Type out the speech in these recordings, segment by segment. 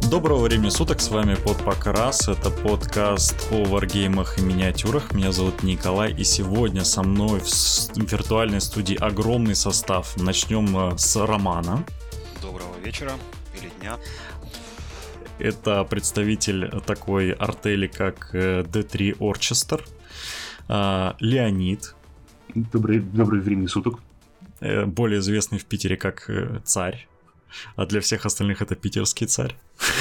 Доброго времени суток, с вами Подпокрас, это подкаст о варгеймах и миниатюрах. Меня зовут Николай, и сегодня со мной в виртуальной студии огромный состав. Начнем с Романа. Доброго вечера или дня. Это представитель такой артели, как D3 Orchestra. Леонид. Доброе время суток. Более известный в Питере как Царь. А для всех остальных это питерский царь.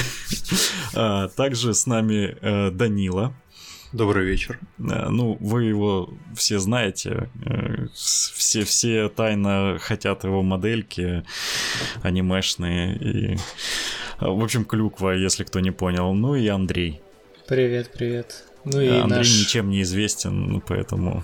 Также с нами Данила. Добрый вечер. Ну, вы его все знаете. Все тайно хотят его модельки анимешные. И... В общем, Клюква, если кто не понял. Ну и Андрей. Привет, привет. Ну и Андрей наш... ничем не известен, поэтому...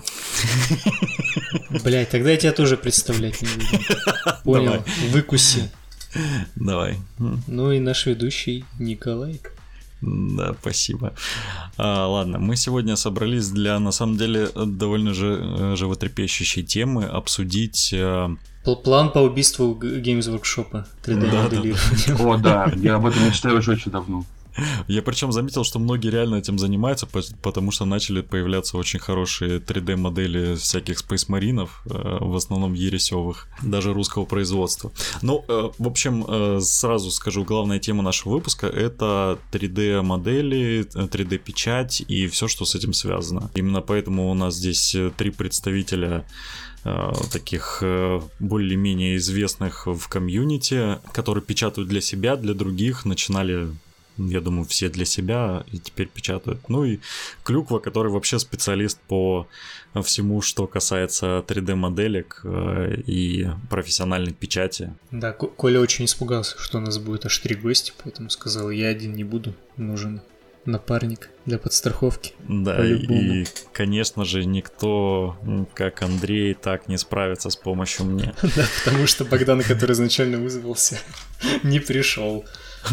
Блять, тогда я тебя тоже представлять не буду. Понял, Давай. выкуси. Давай. Ну и наш ведущий Николай. Да, спасибо. Ладно, мы сегодня собрались для, на самом деле, довольно же животрепещущей темы обсудить... План по убийству Games Workshop 3D-моделирования. О, да, я об этом мечтаю уже очень давно. Я причем заметил, что многие реально этим занимаются, потому что начали появляться очень хорошие 3D-модели всяких спейсмаринов, в основном ересевых, даже русского производства. Ну, в общем, сразу скажу, главная тема нашего выпуска — это 3D-модели, 3D-печать и все, что с этим связано. Именно поэтому у нас здесь три представителя таких более-менее известных в комьюнити, которые печатают для себя, для других, начинали... Я думаю, все для себя и теперь печатают. Ну и Клюква, который вообще специалист по всему, что касается 3D-моделек и профессиональной печати. Да, Коля очень испугался, что у нас будет аж 3 гостя, поэтому сказал, я один не буду, нужен напарник для подстраховки. Да, по-любому. И, конечно же, никто, как Андрей, так не справится с помощью мне. Да, потому что Богдан, который изначально вызвался, не пришел.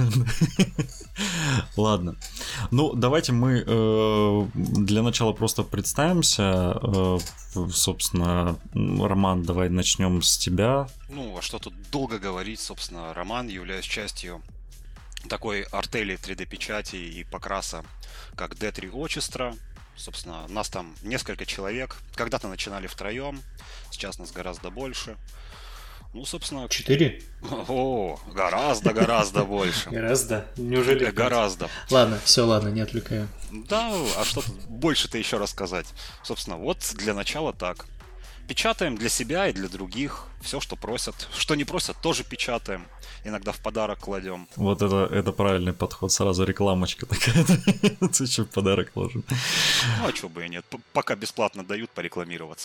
Ладно. Ну, давайте мы для начала просто представимся. Собственно, Роман, давай начнем с тебя. Ну, а что тут долго говорить, собственно, Роман, являюсь частью такой артели 3D-печати и покраса, как D3 Orchestra. Собственно, нас там несколько человек. Когда-то начинали втроем, сейчас нас гораздо больше. Ну, собственно... 4? О, гораздо больше. Гораздо? Неужели? Гораздо. Ладно, все, ладно, не отвлекаю. Да, а что тут больше-то еще рассказать? Собственно, вот для начала так. Печатаем для себя и для других. Все, что просят. Что не просят, тоже печатаем. Иногда в подарок кладем. Вот это правильный подход. Сразу рекламочка такая. Еще в подарок ложим. Ну, а чего бы и нет. Пока бесплатно дают порекламироваться.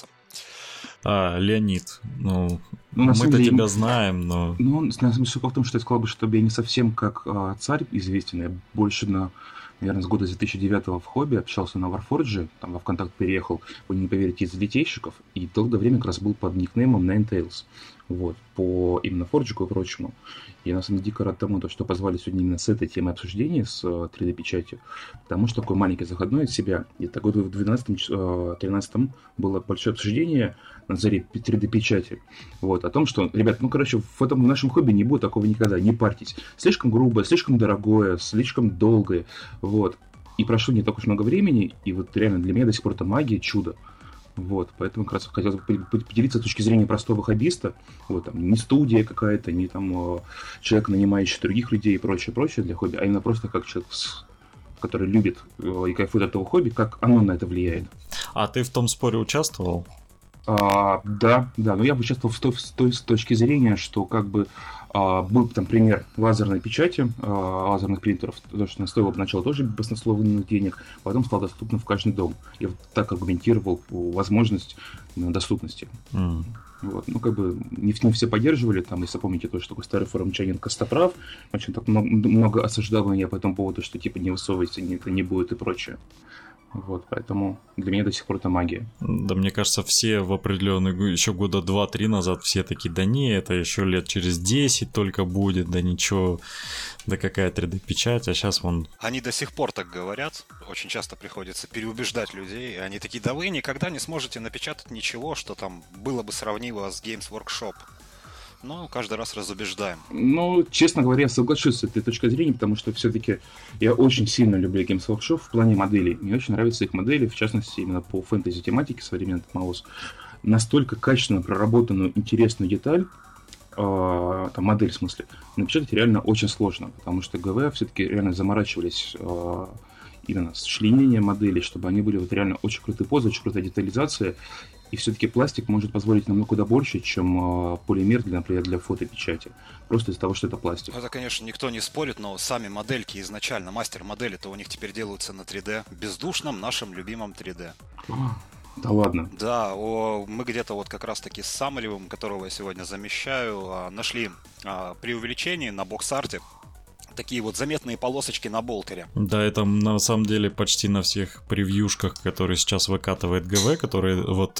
Леонид, ну на мы-то самом деле, тебя знаем, но... Ну, на самом деле, суть в том, что я сказал бы, что я не совсем как царь известен. Я больше наверное, с года 2009 в хобби общался на Warforge, там во ВКонтакт переехал, вы не поверите, из литейщиков, и долгое время как раз был под никнеймом Ninetales. Вот, по именно форджику и прочему. Я на самом деле дико рад тому, что позвали сегодня именно с этой темой обсуждения, с 3D-печатью, потому что такой маленький заходной от себя. И так году в 2012-2013 было большое обсуждение на заре 3D-печати. Вот, о том, что, ребят, в нашем хобби не будет такого никогда, не парьтесь. Слишком грубое, слишком дорогое, слишком долгое. Вот. И прошло не так уж много времени, и вот реально для меня до сих пор это магия, чудо. Вот, поэтому как раз хотелось бы поделиться с точки зрения простого хоббиста. Вот, там, не студия какая-то, не там человек, нанимающий других людей и прочее для хобби, а именно просто как человек, который любит и кайфует от этого хобби, как оно на это влияет. А ты в том споре участвовал? Да, но я бы участвовал с точки зрения, что как бы был там пример лазерной печати, лазерных принтеров, то, что она стоила поначалу тоже баснословных денег, потом стало доступно в каждый дом. Я вот так аргументировал возможность доступности. Вот. Ну, как бы не все поддерживали, там, если помните, то, что такой старый форумчанин Костоправ, очень так много осуждал меня по этому поводу, что типа не высовывайся, это не будет и прочее. Вот, поэтому для меня до сих пор это магия. Да, мне кажется, все в определенный, еще года 2-3 назад все такие, да не, это еще лет через 10 только будет, да ничего, да какая 3D-печать, а сейчас вон... Они до сих пор так говорят, очень часто приходится переубеждать людей, и они такие, да вы никогда не сможете напечатать ничего, что там было бы сравнимо с Games Workshop. но каждый раз разубеждаем. Ну, честно говоря, я соглашусь с этой точкой зрения, потому что все-таки я очень сильно люблю Games Workshop в плане моделей. Мне очень нравятся их модели, в частности, именно по фэнтези-тематике современных Маус. Настолько качественно проработанную интересную деталь, там модель в смысле, напечатать реально очень сложно, потому что ГВ все-таки реально заморачивались именно с членением моделей, чтобы они были вот реально очень крутые позы, очень крутая детализация. И все-таки пластик может позволить намного куда больше, чем полимер, например, для фотопечати. Просто из-за того, что это пластик. Это, конечно, никто не спорит, но сами модельки изначально, мастер-модели-то у них теперь делаются на 3D. Бездушном нашем любимом 3D. Да ладно. Да, мы где-то вот как раз-таки с Самаревым, которого я сегодня замещаю, нашли при увеличении на бокс-арте такие вот заметные полосочки на болтере. Да, это на самом деле почти на всех превьюшках, которые сейчас выкатывает ГВ, которые вот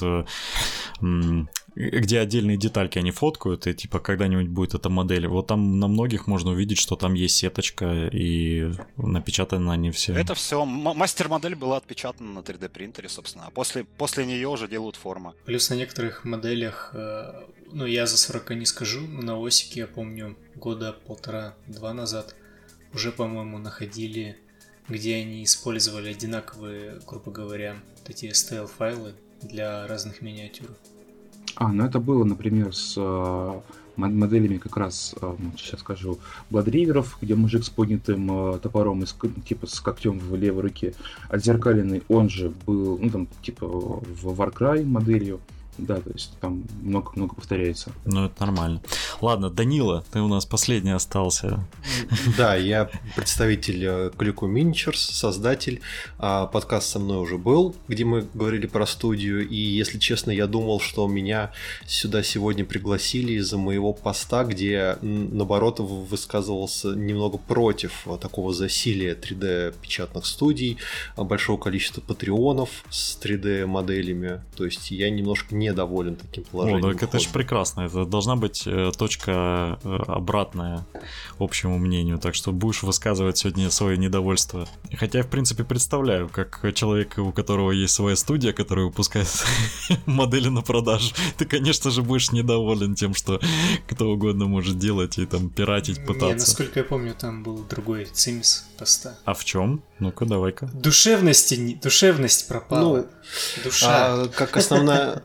где отдельные детальки они фоткают, и типа когда-нибудь будет эта модель. Вот там на многих можно увидеть, что там есть сеточка, и напечатаны они все. Это все, мастер-модель была отпечатана на 3D принтере, собственно, а после нее уже делают форму. Плюс на некоторых моделях, ну я за 40 не скажу, на Осике, я помню, года 1,5-2 назад уже, по-моему, находили, где они использовали одинаковые, грубо говоря, вот эти STL-файлы для разных миниатюр. Ну это было, например, с моделями как раз, сейчас скажу, Бладриверов, где мужик с поднятым топором, типа с когтем в левой руке, отзеркаленный, он же был, ну там, типа в Warcry моделью. Да, то есть там много повторяется. Ну, это нормально. Ладно, Данила, ты у нас последний остался. Да, я представитель Clico Miniatures, создатель. Подкаст со мной уже был, где мы говорили про студию. И, если честно, я думал, что меня сюда сегодня пригласили из-за моего поста, где, наоборот, высказывался немного против такого засилия 3D-печатных студий, большого количества патреонов с 3D-моделями. То есть я немножко недоволен таким положением. Так это же прекрасно. Это должна быть точка обратная общему мнению. Так что будешь высказывать сегодня свое недовольство. Хотя я, в принципе, представляю, как человек, у которого есть своя студия, которая выпускает модели на продажу, ты, конечно же, будешь недоволен тем, что кто угодно может делать и там пиратить, пытаться. Не, насколько я помню, там был другой цимис поста. А в чем? Ну-ка, давай-ка. Душевность пропала. Душа. Как основная...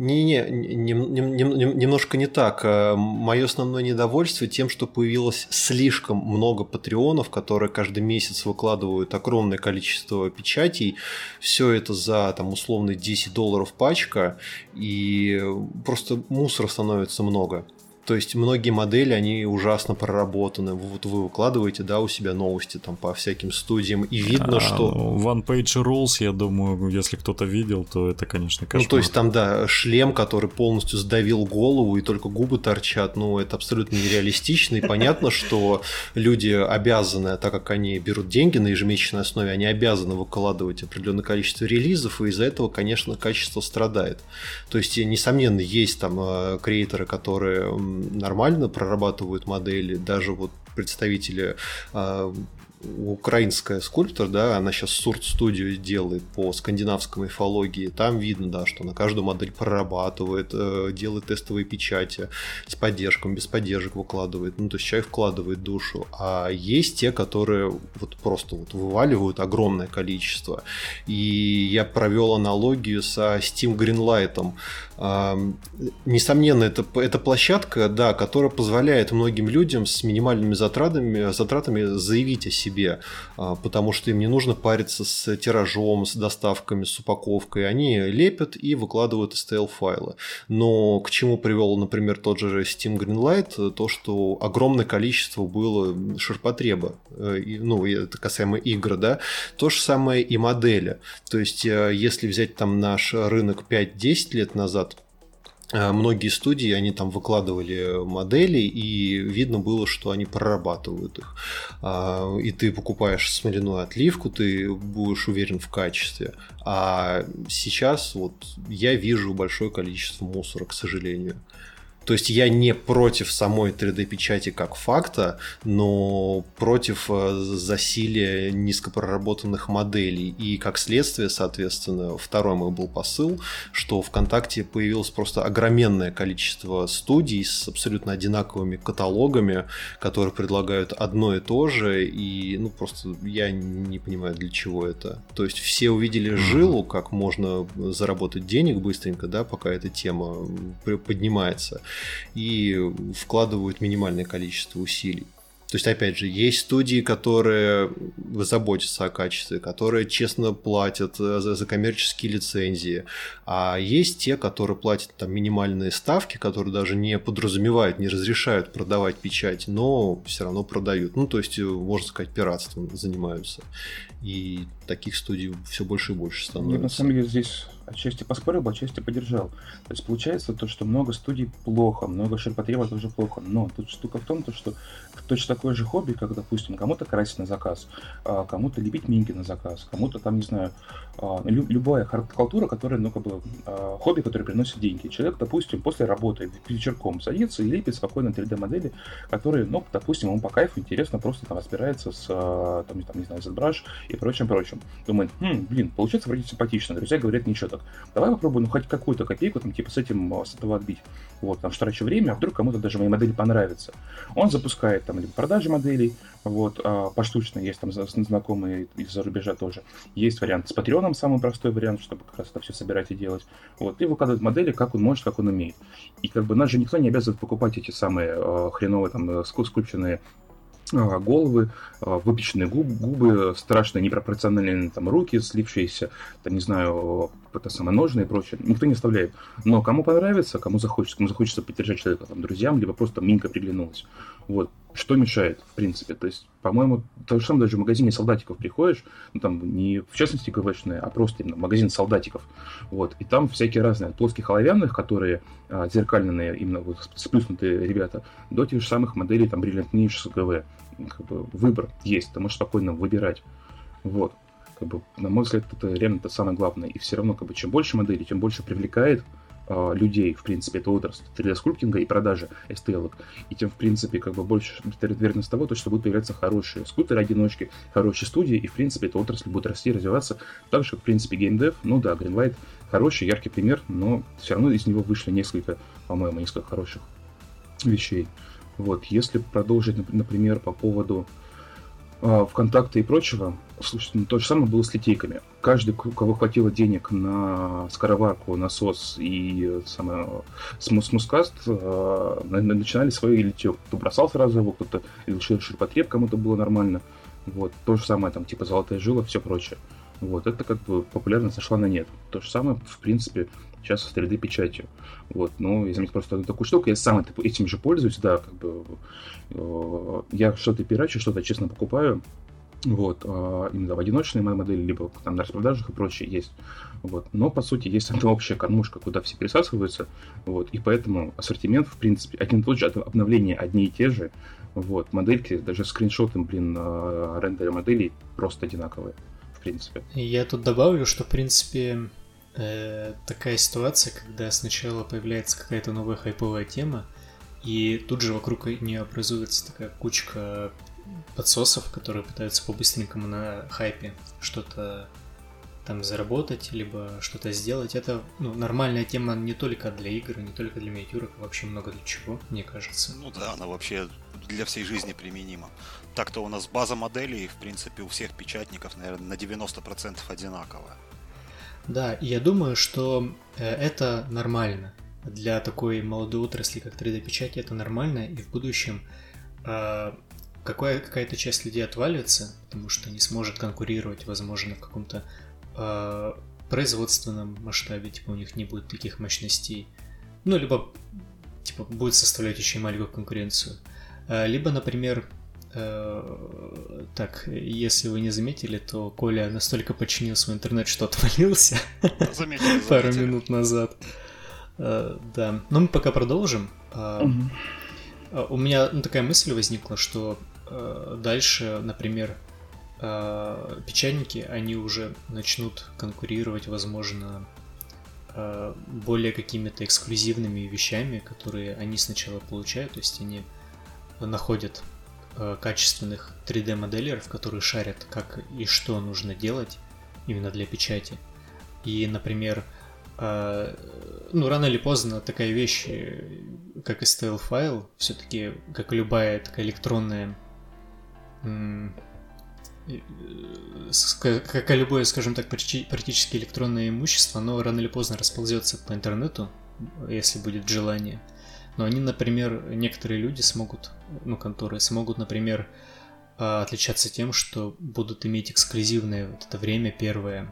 Немножко не так. Мое основное недовольство тем, что появилось слишком много патреонов, которые каждый месяц выкладывают огромное количество печатей. Все это за там условно $10 пачка, и просто мусора становится много. То есть многие модели, они ужасно проработаны. Вот вы выкладываете, да, у себя новости там по всяким студиям, и видно, что... One Page Rules, я думаю, если кто-то видел, то это, конечно, кошмар. Ну, то есть там, да, шлем, который полностью сдавил голову, и только губы торчат, ну, это абсолютно нереалистично, и понятно, что люди обязаны, так как они берут деньги на ежемесячной основе, они обязаны выкладывать определенное количество релизов, и из-за этого, конечно, качество страдает. То есть, несомненно, есть там креаторы, которые нормально прорабатывают модели, даже вот представители украинская скульптор, да, она сейчас Сурт-студию делает по скандинавской мифологии, там видно, да, что на каждую модель прорабатывает, делает тестовые печати с поддержкой, без поддержек выкладывает, ну, то есть человек вкладывает душу, а есть те, которые вот просто вот вываливают огромное количество, и я провел аналогию со Steam Greenlight. Несомненно, это площадка, да, которая позволяет многим людям с минимальными затратами заявить о себе, потому что им не нужно париться с тиражом, с доставками, с упаковкой. Они лепят и выкладывают STL-файлы. Но к чему привел, например, тот же Steam Greenlight? То, что огромное количество было ширпотреба. Ну, это касаемо игр, да. То же самое и модели. То есть, если взять там наш рынок 5-10 лет назад, многие студии, они там выкладывали модели, и видно было, что они прорабатывают их. И ты покупаешь смоляную отливку, ты будешь уверен в качестве. А сейчас вот я вижу большое количество мусора, к сожалению. То есть я не против самой 3D-печати как факта, но против засилия низкопроработанных моделей. И как следствие, соответственно, второй мой был посыл, что ВКонтакте появилось просто огроменное количество студий с абсолютно одинаковыми каталогами, которые предлагают одно и то же, и просто я не понимаю, для чего это. То есть все увидели жилу, как можно заработать денег быстренько, да, пока эта тема поднимается, и вкладывают минимальное количество усилий. То есть, опять же, есть студии, которые заботятся о качестве, которые честно платят за коммерческие лицензии, а есть те, которые платят там минимальные ставки, которые даже не подразумевают, не разрешают продавать печать, но все равно продают. То есть, можно сказать, пиратством занимаются. И таких студий все больше и больше становится. Я, на самом деле, здесь отчасти поспорил бы, отчасти поддержал. То есть получается то, что много студий плохо, много ширпотреба тоже плохо. Но тут штука в том, что точно такое же хобби, как, допустим, кому-то красить на заказ, кому-то лепить минки на заказ, кому-то там, не знаю, любая халтура, которая, хобби, которое приносит деньги. Человек, допустим, после работы вечерком садится и лепит спокойно 3D-модели, которые, допустим, ему по кайфу интересно, просто там разбирается с, не знаю, ZBrush и прочим. Думает, получается вроде симпатично. Друзья говорят, ничего так. Давай попробуем, хоть какую-то копейку, с этого отбить. Что трачу время, а вдруг кому-то даже мои модели понравятся. Он запускает либо продажи моделей, поштучно, есть там знакомые из-за рубежа тоже. Есть вариант с Patreon, самый простой вариант, чтобы как раз это все собирать и делать. И выкладывает модели, как он может, как он умеет. И нас же никто не обязывает покупать эти самые хреновые скульпченные головы, выпеченные губы, страшные непропорциональные руки, слившиеся, ножны и прочее. Никто не оставляет. Но кому понравится, кому захочется поддержать человека, друзьям, либо просто минка приглянулась. Что мешает, в принципе. То есть, по-моему, то же самое даже в магазине солдатиков приходишь, не в частности ГВшные, а просто именно магазин солдатиков. И там всякие разные, от плоских оловянных, которые зеркальные, именно сплюснутые ребята, до тех же самых моделей, Brilliant Niche с ГВ. Выбор есть, ты можешь спокойно выбирать. На мой взгляд, это реально самое главное. И все равно, чем больше моделей, тем больше привлекает людей, в принципе, это отрасль 3D-скульптинга и продажи STL-ок. И тем, в принципе, больше вероятность того, что будут появляться хорошие скутеры-одиночки, хорошие студии, и, в принципе, эта отрасль будет расти и развиваться так же, как, в принципе, геймдев. Greenlight хороший, яркий пример, но все равно из него вышло несколько хороших вещей. Если продолжить, например, по поводу ВКонтакта и прочего, слушайте, то же самое было с литейками. Каждый, у кого хватило денег на скороварку, насос и смускаст, начинали свою литье. Кто бросал сразу его, кто-то решил ширпотреб, кому-то было нормально. То же самое, золотая жила, все прочее. Это популярность сошла на нет. То же самое, в принципе, сейчас с 3D-печатью. Но я заметил просто одну такую штуку, я сам этим же пользуюсь, да, я что-то пирачу, что-то честно покупаю, именно в одиночной модели, либо на распродажах и прочее есть. Но, по сути, есть одна общая кормушка, куда все пересасываются, и поэтому ассортимент, в принципе, один и тот же, обновления одни и те же, модельки, даже скриншоты, рендеры моделей просто одинаковые, в принципе. Я тут добавлю, что, в принципе, такая ситуация, когда сначала появляется какая-то новая хайповая тема, и тут же вокруг нее образуется такая кучка подсосов, которые пытаются по-быстренькому на хайпе что-то заработать, либо что-то сделать. Это нормальная тема не только для игр, не только для миниатюрок, а вообще много для чего, мне кажется. Да, она вообще для всей жизни применима. Так-то у нас база моделей, в принципе, у всех печатников, наверное, на 90% одинаковая. Да, и я думаю, что это нормально. Для такой молодой отрасли, как 3D-печать, это нормально, и в будущем какая-то часть людей отвалится, потому что не сможет конкурировать, возможно, в каком-то производственном масштабе, у них не будет таких мощностей, либо будет составлять еще и маленькую конкуренцию. Либо, например, если вы не заметили, то Коля настолько починил свой интернет, что отвалился пару минут назад. Да, но мы пока продолжим. У меня такая мысль возникла, что дальше, например, печатники, они уже начнут конкурировать, возможно, более какими-то эксклюзивными вещами, которые они сначала получают, то есть они находят качественных 3D-моделеров, которые шарят, как и что нужно делать именно для печати. И, например, рано или поздно такая вещь, как STL-файл, все-таки, как любая такая электронная, как и любое, скажем так, практически электронное имущество, оно рано или поздно расползется по интернету, если будет желание. Но они, например, некоторые люди смогут, конторы смогут, например, отличаться тем, что будут иметь эксклюзивное вот это время первое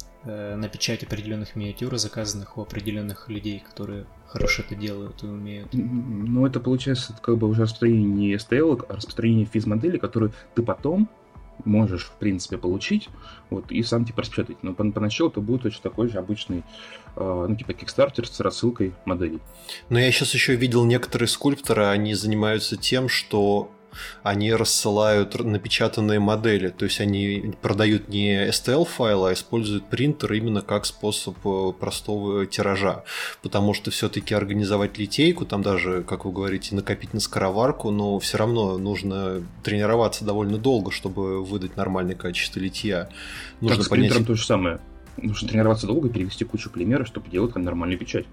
на печать определенных миниатюр, заказанных у определенных людей, которые хорошо это делают и умеют. Ну, это получается как бы уже распространение не STL, а распространение физ-модели, которую ты потом можешь, в принципе, получить, вот, и сам типа распечатать. Но поначалу это будет точно такой же обычный, типа Kickstarter с рассылкой моделей. Но я сейчас еще видел некоторые скульпторы, они занимаются тем, что они рассылают напечатанные модели, то есть они продают не STL-файл, а используют принтер именно как способ простого тиража, потому что все-таки организовать литейку, там даже, как вы говорите, накопить на скороварку, но все равно нужно тренироваться довольно долго, чтобы выдать нормальное качество литья. Нужно так, с принтером то же самое. Нужно тренироваться долго и перевести кучу полимера, чтобы делать там нормальную печать.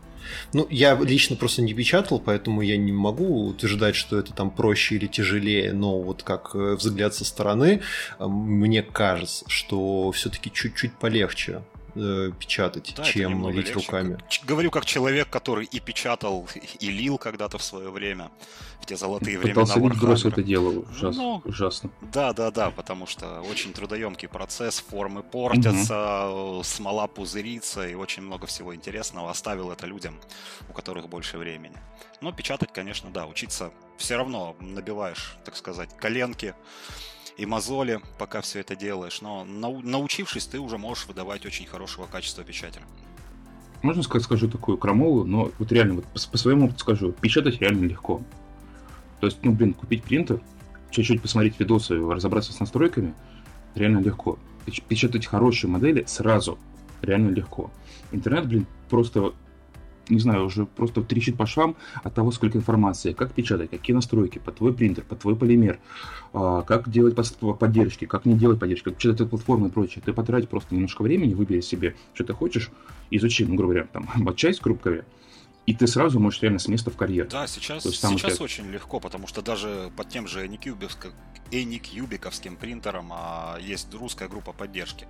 Ну, я лично просто не печатал, поэтому я не могу утверждать, что это там проще или тяжелее, но вот как взгляд со стороны, мне кажется, что все-таки чуть-чуть полегче печатать, да, чем лить руками. Говорю как человек, который и печатал, и лил когда-то в свое время, в те золотые пытался времена Warhammer. Бросил это дело, ужасно. Да, потому что очень трудоемкий процесс, формы портятся, смола пузырится, и очень много всего интересного. Оставил это людям, у которых больше времени. Но печатать, конечно, да, учиться все равно набиваешь, так сказать, коленки и мозоли, пока все это делаешь, но научившись, ты уже можешь выдавать очень хорошего качества печати. Можно сказать, скажу такую крамолу, но вот реально, вот по своему опыту скажу, печатать реально легко. То есть, купить принтер, чуть-чуть посмотреть видосы, разобраться с настройками, реально легко. Печатать хорошие модели сразу реально легко. Интернет, просто, не знаю, уже просто трещит по швам от того, сколько информации, как печатать, какие настройки под твой принтер, под твой полимер, как делать поддержки, как не делать поддержки, как печатать от платформы и прочее. Ты потратишь просто немножко времени, выбери себе, что ты хочешь, изучи, грубо говоря, там, часть, грубо говоря, и ты сразу можешь реально с места в карьер. Да, сейчас очень легко, потому что даже под тем же Anycubic-овским принтером есть русская группа поддержки.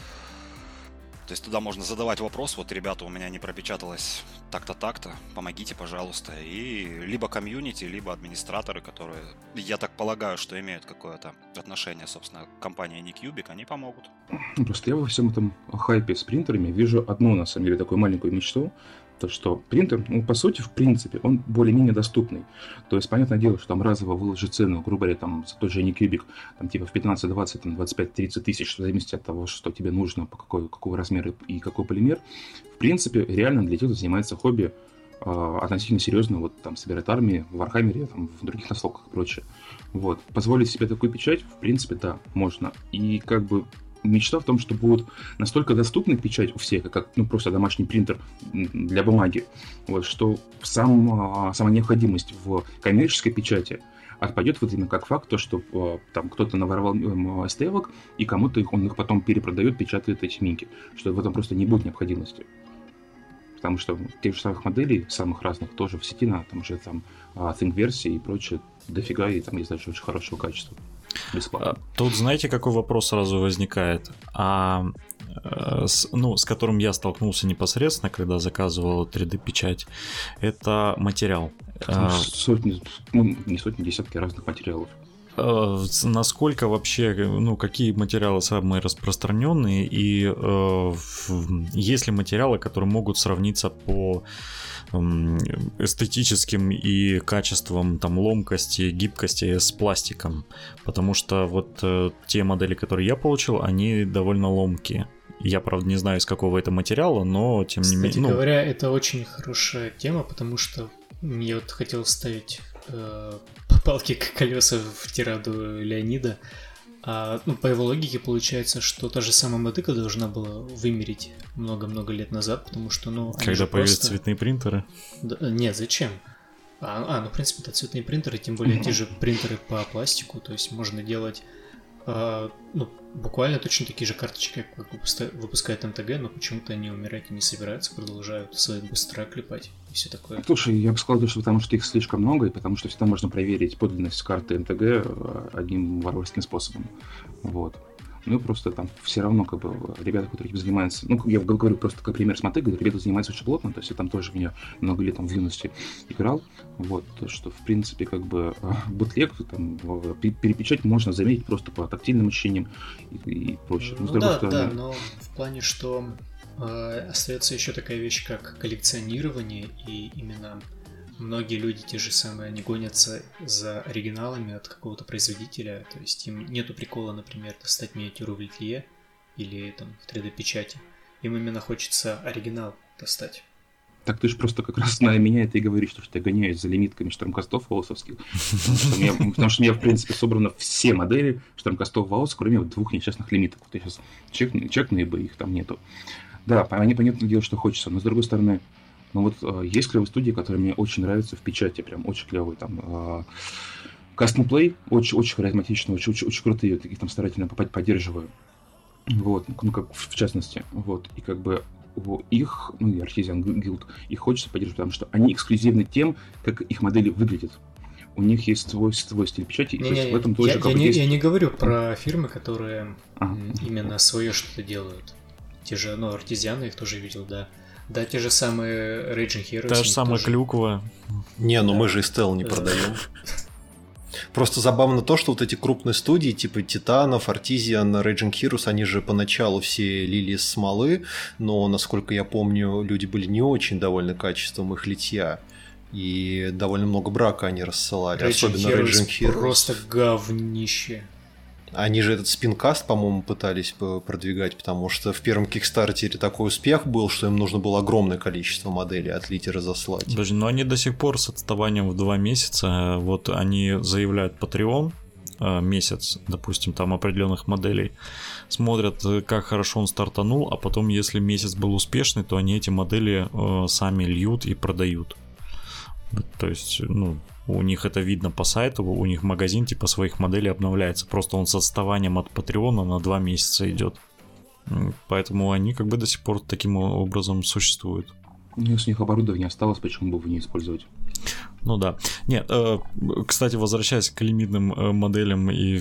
То есть туда можно задавать вопрос, вот, ребята, у меня не пропечаталось так-то, помогите, пожалуйста. И либо комьюнити, либо администраторы, которые, я так полагаю, что имеют какое-то отношение, собственно, к компании Anycubic, они помогут. Просто я во всем этом хайпе с принтерами вижу одну, на самом деле, такую маленькую мечту, то, что принтер, по сути, в принципе, он более-менее доступный. То есть, понятное дело, что там разово выложить цену, грубо говоря, там, за тот же Anycubic, там, типа, в 15, 20, там, 25, 30 тысяч, в зависимости от того, что тебе нужно, какого размера и какой полимер. В принципе, реально для тех, кто занимается хобби, относительно серьезно, вот, там, собирать армии в Warhammer, там, в других настолках и прочее. Вот. Позволить себе такую печать, в принципе, да, можно. И, как бы, мечта в том, что будут настолько доступны печать у всех, как просто домашний принтер для бумаги, вот, что сама необходимость в коммерческой печати отпадет вот именно как факт, то, что там кто-то наворовал STL-ок, и кому-то он их потом перепродает, печатает эти минки, что в этом просто не будет необходимости. Потому что тех же самых моделей, самых разных, тоже в сети, там уже там Think-версии и прочее дофига, и там есть даже очень хорошего качества. Бесплатно. Тут знаете, какой вопрос сразу возникает? С которым я столкнулся непосредственно, когда заказывал 3D-печать, это материал. Десятки разных материалов. Насколько вообще, какие материалы самые распространенные, и есть ли материалы, которые могут сравниться по эстетическим и качествам там ломкости, гибкости с пластиком, потому что вот те модели, которые я получил, они довольно ломкие. Я, правда, не знаю, из какого это материала, но тем не менее... Кстати говоря, это очень хорошая тема, потому что я вот хотел вставить палки как колеса в тираду Леонида. По его логике получается, что та же самая мотыка должна была вымереть много-много лет назад, потому что, Когда появились цветные принтеры? Нет, зачем? В принципе, это цветные принтеры, тем более те же принтеры по пластику, то есть можно делать буквально точно такие же карточки, как выпускает МТГ, но почему-то они умирать и не собираются, продолжают свои быстро клепать и все такое. Слушай, я бы сказал, что потому что их слишком много, и потому что всегда можно проверить подлинность карты МТГ одним варварским способом. Вот. Ну, просто там все равно, ребята, которые этим занимаются... я говорю просто как пример с мотыгой, ребята занимаются очень плотно, то есть я там тоже меня много лет в юности играл, вот, что, в принципе, бутлег, перепечать можно заметить просто по тактильным ощущениям и прочее. Да, но в плане, что остается еще такая вещь, как коллекционирование, и именно... Многие люди, те же самые, они гонятся за оригиналами от какого-то производителя, то есть им нету прикола, например, достать миниатюру в литье или там в 3D-печати. Им именно хочется оригинал достать. Так ты же просто как раз на меня это и говоришь, что я гоняюсь за лимитками штурмкастов ваусовских, потому что у меня, в принципе, собрано все модели штурмкастов ваус, кроме 2 несчастных лимиток. Вот я сейчас чекну, ибо их там нету. Да, понятное дело, что хочется, но с другой стороны, есть клевые студии, которые мне очень нравятся в печати, прям очень клевые. Там Custom Play, очень харизматично, очень крутые, их там старательно поддерживаю. Вот, как в частности. Вот, и их, и Artisan Guild, их хочется поддерживать, потому что они эксклюзивны тем, как их модели выглядят. У них есть свой стиль печати, и в этом тоже есть... Я не говорю про фирмы, которые именно свое что-то делают. Те же, Artisan, их тоже видел, да. Да, те же самые Raging Heroes. Та же самая клюква. Мы же и Стелл не продаем. Просто забавно то, что вот эти крупные студии, типа Титанов, Artisan, Raging Heroes, они же поначалу все лили из смолы, но, насколько я помню, люди были не очень довольны качеством их литья. И довольно много брака они рассылали. Особенно Raging Heroes. Просто говнище. Они же этот спинкаст, по-моему, пытались продвигать, потому что в первом Кикстартере такой успех был, что им нужно было огромное количество моделей отлить и разослать. Подожди, но они до сих пор с отставанием в 2 месяца, вот они заявляют Patreon месяц, допустим, там определенных моделей, смотрят, как хорошо он стартанул, а потом, если месяц был успешный, то они эти модели сами льют и продают. То есть, у них это видно по сайту, у них магазин типа своих моделей обновляется, просто он с отставанием от Патреона на 2 месяца идет. Поэтому они до сих пор таким образом существуют. Если у них оборудование осталось, почему бы его не использовать? Ну да. Нет, кстати, возвращаясь к лимитным моделям и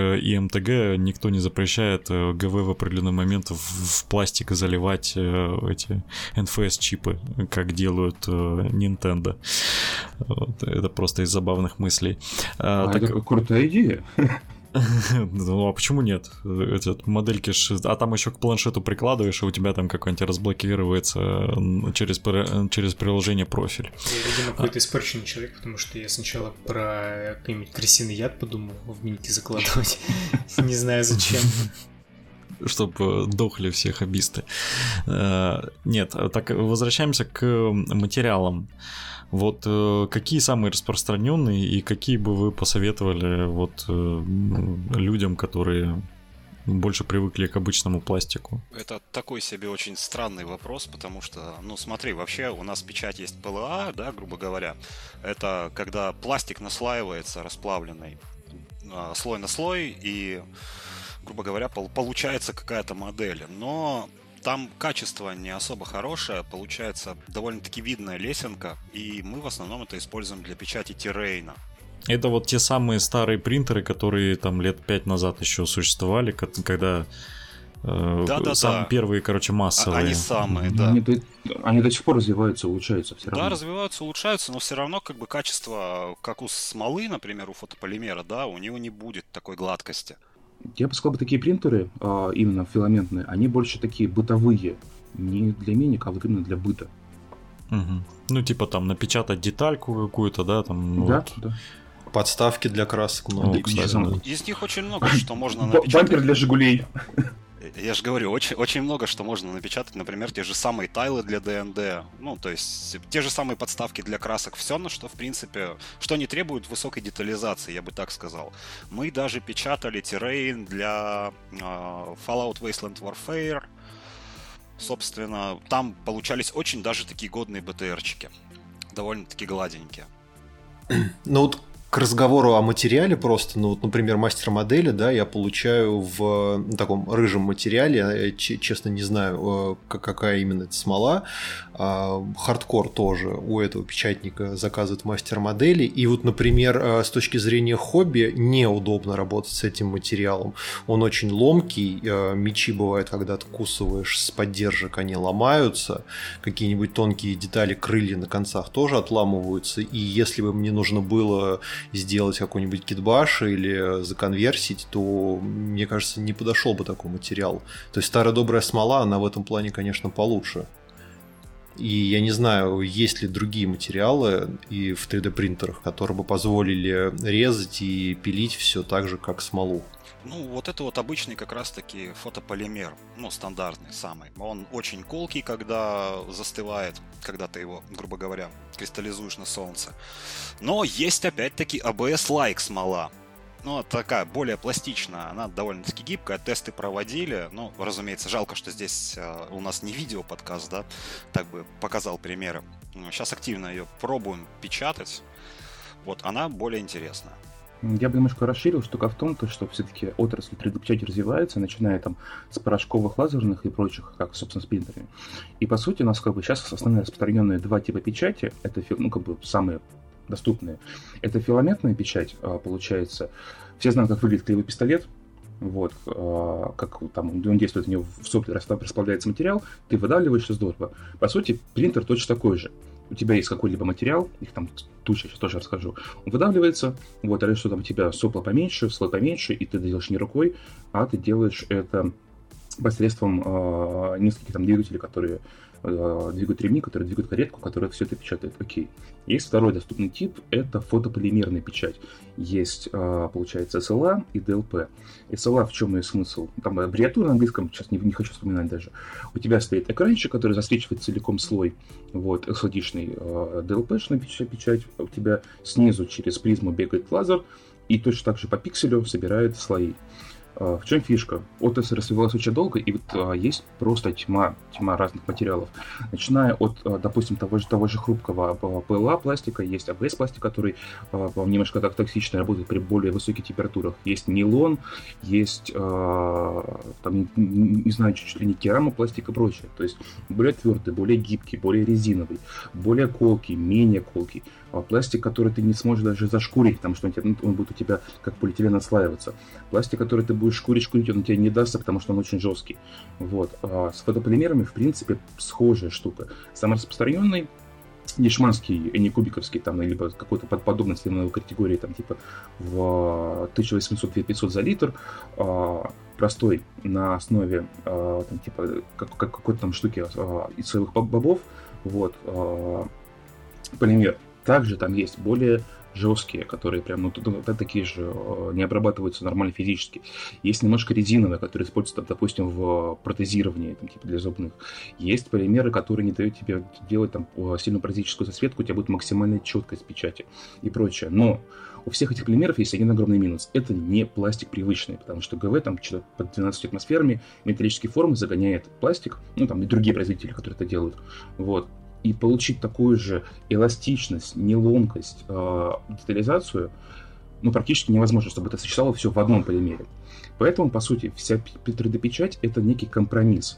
МТГ, никто не запрещает ГВ в определенный момент в пластик заливать эти NFS-чипы, как делают Nintendo. Вот, это просто из забавных мыслей. Это крутая идея. Ну а почему нет? Модельки а там еще к планшету прикладываешь, и у тебя там какой-нибудь разблокируется через приложение профиль. Я, видимо, какой-то испорченный человек, потому что я сначала про какой-нибудь крысиный яд подумал в миники закладывать. Не знаю зачем. Чтобы дохли все хоббисты. Нет, так возвращаемся к материалам. Вот какие самые распространенные и какие бы вы посоветовали людям, которые больше привыкли к обычному пластику? Это такой себе очень странный вопрос, потому что, смотри, вообще у нас печать есть ПЛА, да, грубо говоря. Это когда пластик наслаивается расплавленный слой на слой, и, грубо говоря, получается какая-то модель. Но там качество не особо хорошее, получается довольно-таки видная лесенка, и мы в основном это используем для печати террейна. Это вот те самые старые принтеры, которые там лет 5 назад еще существовали, когда самые первые, массовые. Они самые, да. Они до сих пор развиваются, улучшаются все равно. Да, развиваются, улучшаются, но все равно качество, как у смолы, например, у фотополимера, да, у него не будет такой гладкости. Я бы сказал, такие принтеры, именно филаментные, они больше такие бытовые, не для миника, а вот именно для быта. Угу. Типа там напечатать детальку какую-то, да, там. Да, да. Подставки для красок много, кстати. Из них очень много, что можно напечатать. Бампер для Жигулей. Я же говорю, очень много что можно напечатать. Например, те же самые тайлы для ДНД. Ну, то есть, те же самые подставки для красок. Все, на что, в принципе, что не требует высокой детализации, я бы так сказал. Мы даже печатали террейн для Fallout Wasteland Warfare. Собственно, там получались очень даже такие годные БТРчики. Довольно-таки гладенькие. Ну вот к разговору о материале просто, ну вот, например, мастер-модели, да, я получаю в таком рыжем материале, я, честно не знаю, какая именно это смола, хардкор тоже у этого печатника заказывает мастер-модели, и вот, например, с точки зрения хобби неудобно работать с этим материалом, он очень ломкий, мечи бывает, когда откусываешь с поддержек, они ломаются, какие-нибудь тонкие детали, крылья на концах тоже отламываются, и если бы мне нужно было сделать какой-нибудь китбаш или законверсить, то, мне кажется, не подошел бы такой материал. То есть старая добрая смола, она в этом плане, конечно, получше. И я не знаю, есть ли другие материалы и в 3D принтерах, которые бы позволили резать и пилить все так же, как смолу. Ну, вот это вот обычный как раз-таки фотополимер, ну, стандартный самый. Он очень колкий, когда застывает, когда ты его, грубо говоря, кристаллизуешь на солнце. Но есть, опять-таки, ABS-like смола. Ну, такая, более пластичная, она довольно-таки гибкая, тесты проводили. Ну, разумеется, жалко, что здесь у нас не видео-подкаст, да, так бы показал примеры. Сейчас активно ее пробуем печатать. Вот, она более интересная. Я бы немножко расширил штука в том, что все-таки отрасль 3D-печати развивается, начиная там с порошковых лазерных и прочих, как, собственно, с принтерами. И, по сути, у нас как бы сейчас основные распространенные два типа печати, это, ну, как бы самые доступные. Это филаментная печать, получается. Все знают, как выглядит клеевой пистолет. Вот, как там он действует, у него в сопле расплавляется материал, ты выдавливаешь, все здорово. По сути, принтер точно такой же. У тебя есть какой-либо материал, их там туча, сейчас тоже расскажу, он выдавливается, вот, а что там у тебя сопло поменьше, слой поменьше, и ты делаешь не рукой, а ты делаешь это посредством нескольких там двигателей, которые двигают ремни, которые двигают каретку, которая все это печатает. Окей. Есть второй доступный тип, это фотополимерная печать. Есть, получается, SLA и DLP. SLA, в чем ее смысл? Там аббревиатура на английском, сейчас не хочу вспоминать даже. У тебя стоит экранчик, который засвечивает целиком слой, вот, LCD-шный, DLP-шная печать, у тебя снизу через призму бегает лазер, и точно так же по пикселю собирает слои. В чем фишка? Отрасль развивалась очень долго, и вот есть просто тьма разных материалов. Начиная от, допустим, того же хрупкого PLA пластика, есть ABS пластик, который немножко так токсично работает при более высоких температурах. Есть нейлон, есть, там, не знаю, чуть ли не керамопластик и прочее. То есть более твердый, более гибкий, более резиновый, более колкий, менее колкий. Пластик, который ты не сможешь даже зашкурить, потому что он будет у тебя как полиэтилен отслаиваться. Пластик, который ты будешь шкурить, он тебе не дастся, потому что он очень жесткий. Вот. С фотополимерами, в принципе, схожая штука. Самый распространенный дешманский, не кубиковский, там, либо какой-то подобной сливной категории, там, типа в 1800-2500 за литр, простой на основе, там, типа, какой-то там штуки из соевых бобов, вот, полимер. Также там есть более жесткие, которые прям, ну, такие же, не обрабатываются нормально физически. Есть немножко резиновые, которые используются, допустим, в протезировании, там, типа для зубных. Есть полимеры, которые не дают тебе делать там сильную паразитическую засветку, у тебя будет максимальная четкость печати и прочее. Но у всех этих полимеров есть один огромный минус. Это не пластик привычный, потому что ГВ там что-то под 12 атмосферами металлические формы загоняет пластик, ну там и другие производители, которые это делают. Вот. И получить такую же эластичность, неломкость, детализацию, ну, практически невозможно, чтобы это сочетало все в одном полимере. Поэтому, по сути, вся 3D-печать — это некий компромисс.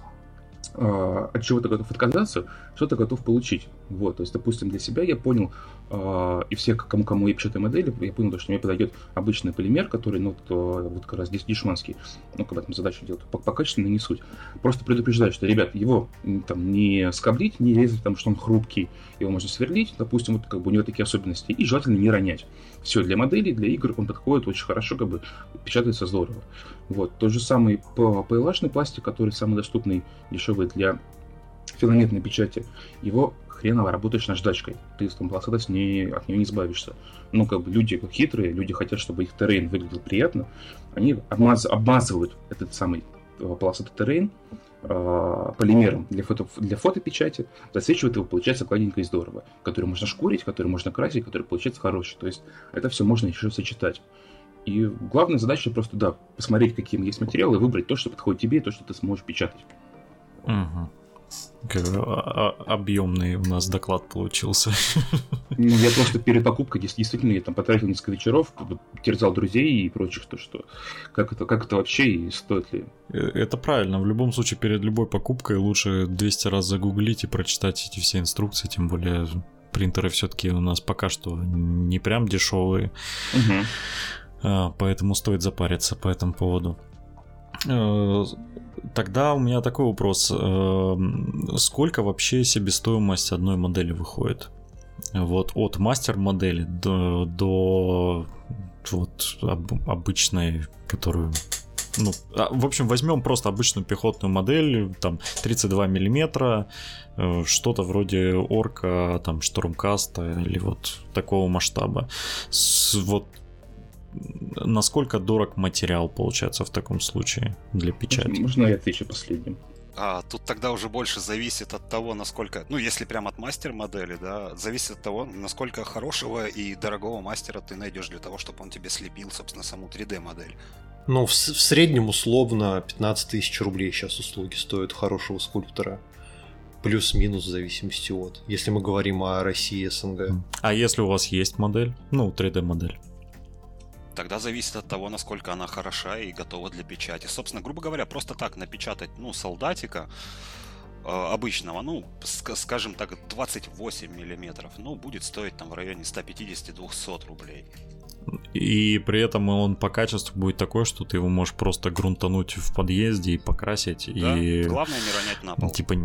От чего ты готов отказаться, что ты готов получить. Вот, то есть, допустим, для себя я понял, и все, кому я печатаю модели, я понял, что мне подойдет обычный полимер, который, ну, вот как раз здесь дешманский, ну, как бы там задачу делать, по качеству, не суть. Просто предупреждаю, что, ребят, его там не скоблить, не резать, потому что он хрупкий, его можно сверлить, допустим, вот как бы у него такие особенности, и желательно не ронять. Все, для моделей, для игр он подходит очень хорошо, как бы печатается здорово. Вот, тот же самый PLA-шный пластик, который самый доступный, дешевый для филаментной печати, его хреново работаешь наждачкой. Ты с от нее не избавишься. Ну, как бы люди хитрые, люди хотят, чтобы их террейн выглядел приятно, они обмазывают этот самый полосатый террейн полимером для фотопечати, засвечивает его, получается гладенько и здорово, который можно шкурить, который можно красить, который получается хороший. То есть это все можно еще сочетать. И главная задача просто, да, посмотреть, какие есть материалы, выбрать то, что подходит тебе, и то, что ты сможешь печатать. Угу. Объемный у нас доклад получился. Ну, я просто перед покупкой действительно я там потратил несколько вечеров, терзал друзей и прочих, то что как это вообще и стоит ли. Это правильно. В любом случае, перед любой покупкой лучше 200 раз загуглить и прочитать эти все инструкции, тем более принтеры все-таки у нас пока что не прям дешевые. Угу. Поэтому стоит запариться по этому поводу. Тогда у меня такой вопрос. Сколько вообще себестоимость одной модели выходит? Вот от мастер-модели до вот обычной, которую... Ну, в общем, возьмем просто обычную пехотную модель, там 32 миллиметра, что-то вроде Орка, там Штурмкаста или вот такого масштаба. Вот насколько дорог материал получается в таком случае для печати? Можно я отвечу последним? Тут тогда уже больше зависит от того, насколько... Ну, если прям от мастер-модели, да, зависит от того, насколько хорошего и дорогого мастера ты найдешь для того, чтобы он тебе слепил, собственно, саму 3D-модель. Ну, в среднем условно 15 тысяч рублей сейчас услуги стоят хорошего скульптора. Плюс-минус в зависимости от... Если мы говорим о России, СНГ. А если у вас есть модель? Ну, 3D-модель. Тогда зависит от того, насколько она хороша и готова для печати. Собственно, грубо говоря, просто так напечатать, солдатика обычного, скажем так, 28 миллиметров, будет стоить там в районе 150-200 рублей. И при этом он по качеству будет такой, что ты его можешь просто грунтануть в подъезде и покрасить. Да, и... главное не ронять на пол. Типа...